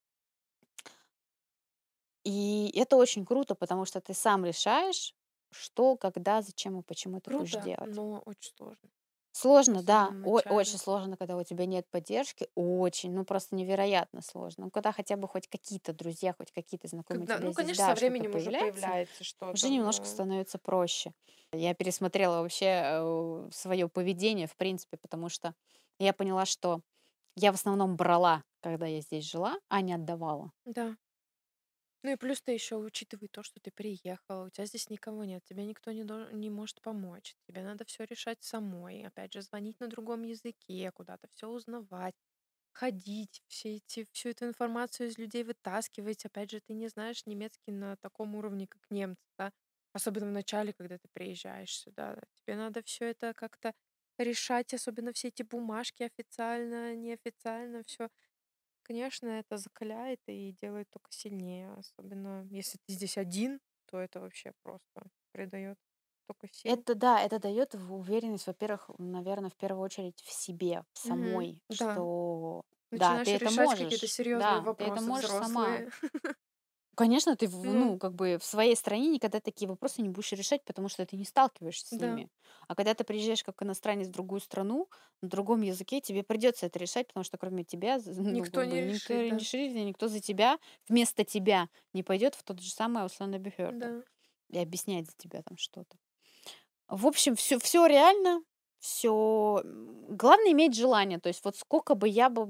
S4: И это очень круто, потому что ты сам решаешь, что, когда, зачем и почему ты будешь
S3: Круто,
S4: делать.
S3: но очень сложно.
S4: Сложно, да,
S3: Особенно в
S4: очень
S3: начале.
S4: сложно, когда у тебя нет поддержки, очень, ну просто невероятно сложно. Ну, когда хотя бы хоть какие-то друзья, хоть какие-то знакомые у
S3: Когда,
S4: тебя
S3: ну,
S4: здесь,
S3: конечно, со
S4: да, что-то
S3: временем уже
S4: появляется,
S3: появляется
S4: уже
S3: что-то,
S4: немножко
S3: но
S4: становится проще. Я пересмотрела вообще свое поведение, в принципе, потому что я поняла, что я в основном брала, когда я здесь жила, а не отдавала.
S3: да. Ну и плюс ты еще учитывай то, что ты приехала, у тебя здесь никого нет, тебе никто не может помочь, тебе надо все решать самой, опять же, звонить на другом языке, куда-то все узнавать, ходить, всю эту информацию из людей вытаскивать. Опять же, ты не знаешь немецкий на таком уровне, как немцы, да? Особенно в начале, когда ты приезжаешь сюда. Да. Тебе надо все это как-то решать, особенно все эти бумажки официально, неофициально, все. Конечно, это закаляет и делает только сильнее. Особенно если ты здесь один, то это вообще просто придает только сил.
S4: Это да, это дает уверенность, во-первых, наверное, в первую очередь в себе, в
S3: Мгм.
S4: самой,
S3: Да.
S4: что да, ты
S3: Начинаешь
S4: это
S3: решать какие-то
S4: можешь,
S3: серьезные
S4: да, ты это
S3: вопросы
S4: можешь сама.
S3: взрослые.
S4: Конечно, ты,
S3: Ну,
S4: ну, как бы в своей стране никогда такие вопросы не будешь решать, потому что ты не сталкиваешься с
S3: да.
S4: ними. А когда ты приезжаешь как иностранец в другую страну, на другом языке, тебе придется это решать, потому что кроме тебя, ну,
S3: Никто
S4: как бы
S3: не
S4: никто
S3: решит,
S4: не
S3: да.
S4: решит, и никто за тебя, вместо тебя не пойдет в тот же самый Ausländerbehörde
S3: Да.
S4: и объясняет за тебя там что-то. В общем, все реально, все. Главное иметь желание. То есть вот сколько бы я бы вот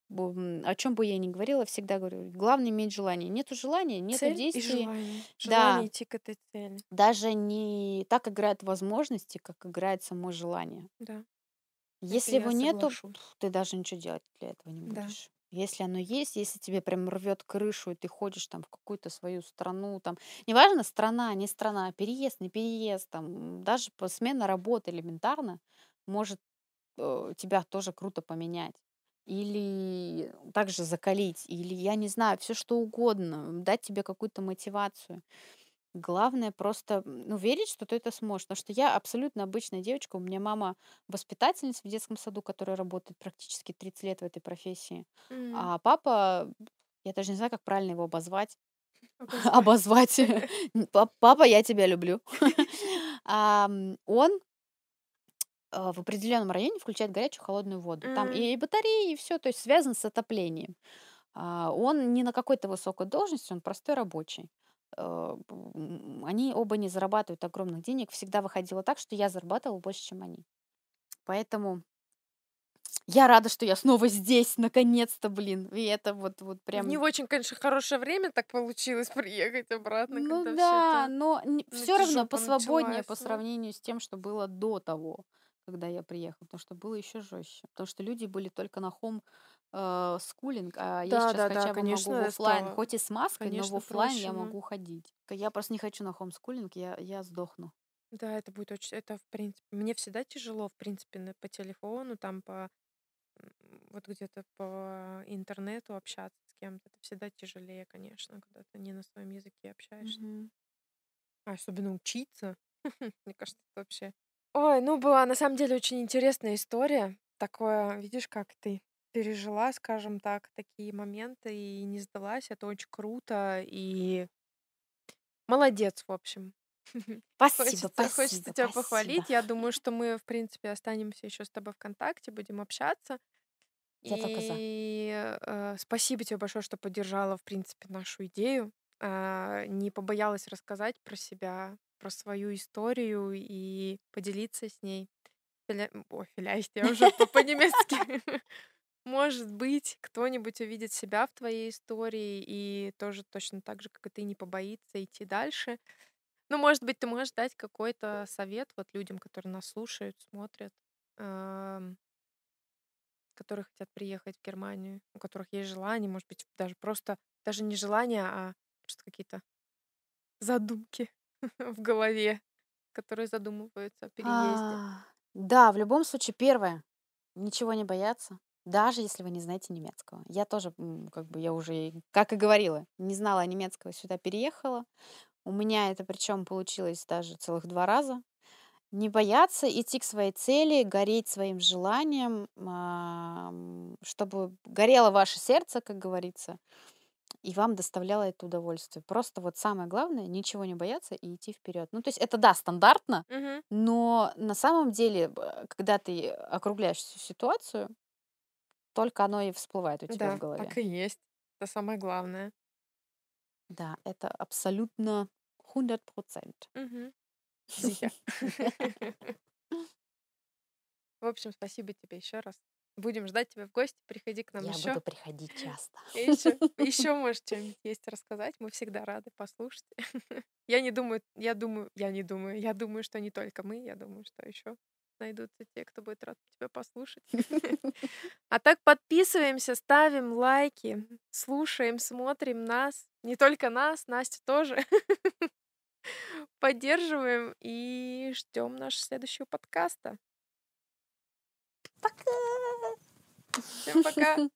S4: о чем бы я ни говорила, всегда говорю, главное иметь желание. Нету желания, нету
S3: Цель и
S4: действий.
S3: желание. Желание
S4: Да,
S3: идти к этой цели.
S4: даже не так играют возможности, как играет само желание.
S3: Да, это
S4: Если
S3: я
S4: его нету,
S3: соглашусь.
S4: ты даже ничего делать для этого не
S3: Да.
S4: будешь. Если оно есть, если тебе прям рвет крышу, и ты ходишь там в какую-то свою страну, там, неважно, страна, не страна, переезд, не переезд, там, даже смена работы элементарно может тебя тоже круто поменять. Или также закалить, или, я не знаю, все что угодно, дать тебе какую-то мотивацию. Главное просто, ну, верить, что ты это сможешь. Потому что я абсолютно обычная девочка. У меня мама воспитательница в детском саду, которая работает практически 30 лет в этой профессии.
S3: М,
S4: А папа, я даже не знаю, как правильно его обозвать.
S3: Обозвать.
S4: Обозвать. Папа, я тебя люблю. Он в определенном районе включает горячую холодную воду. Там
S3: М,
S4: и батареи, и все, то есть связано с отоплением. Он не на какой-то высокой должности, он простой рабочий. Они оба не зарабатывают огромных денег. Всегда выходило так, что я зарабатывала больше, чем они. Поэтому я рада, что я снова здесь, наконец-то, блин. И это вот
S3: Не
S4: прям...
S3: в очень, конечно, хорошее время так получилось приехать обратно,
S4: Ну
S3: когда все
S4: да,
S3: это
S4: но все равно
S3: натяжуха
S4: посвободнее
S3: началась.
S4: по
S3: Ну,
S4: сравнению с тем, что было до того, когда я приехала, потому что было еще жестче. Потому что люди были только на хом скулинг, а я сейчас
S3: да-да-да,
S4: хотя бы могу в
S3: конечно,
S4: оффлайн,
S3: стало,
S4: хоть и с маской, но в
S3: конечно,
S4: оффлайн я
S3: проще, но
S4: могу ходить. Я просто не хочу на хомскулинг, я сдохну.
S3: да, это будет очень, это, в принципе, мне всегда тяжело, в принципе, по телефону, там, вот где-то по интернету общаться с кем-то. Это всегда тяжелее, конечно, когда ты не на своем языке общаешься.
S4: Мгм.
S3: А особенно учиться. Мне кажется, это вообще... Ой, ну, была на самом деле очень интересная история. Такое, видишь, как ты пережила, скажем так, такие моменты и не сдалась. Это очень круто и молодец, в общем.
S4: Спасибо,
S3: Хочется
S4: спасибо,
S3: тебя
S4: спасибо.
S3: похвалить. Я думаю, что мы, в принципе, останемся еще с тобой в контакте, будем общаться.
S4: Я только за.
S3: И спасибо тебе большое, что поддержала, в принципе, нашу идею. Не побоялась рассказать про себя, про свою историю и поделиться с ней. Ой, vielleicht, я уже по-немецки. Может быть, кто-нибудь увидит себя в твоей истории и тоже точно так же, как и ты, не побоится идти дальше. Ну, может быть, ты можешь дать какой-то совет вот людям, которые нас слушают, смотрят, ам, которые хотят приехать в Германию, у которых есть желание, может быть, даже просто, даже не желание, а просто какие-то задумки в голове, которые задумываются о переезде.
S4: Да, в любом случае, первое, ничего не бояться, даже если вы не знаете немецкого. Я тоже, как бы я уже, как и говорила, не знала немецкого, сюда переехала. У меня это причем получилось даже целых 2 раза. Не бояться идти к своей цели, гореть своим желанием, чтобы горело ваше сердце, как говорится, и вам доставляло это удовольствие. Просто вот самое главное, ничего не бояться и идти вперед. Ну, то есть это, да, стандартно,
S3: Мгм.
S4: но на самом деле, когда ты округляешь всю ситуацию, только оно и всплывает у тебя в
S3: Да,
S4: голове.
S3: так и есть. Это самое главное.
S4: Да, это абсолютно 100%.
S3: Мгм. Sicher. В общем, спасибо тебе еще раз. Будем ждать тебя в гости. Приходи к нам
S4: Я
S3: еще.
S4: буду приходить часто.
S3: И еще можешь что-нибудь есть рассказать. Мы всегда рады послушать. Я не думаю, я думаю, что не только мы, я думаю, что еще найдутся те, кто будет рад тебя послушать. А так подписываемся, ставим лайки, слушаем, смотрим нас. Не только нас, Настю тоже. Поддерживаем и ждем нашего следующего подкаста.
S4: Пока!
S3: Всем пока!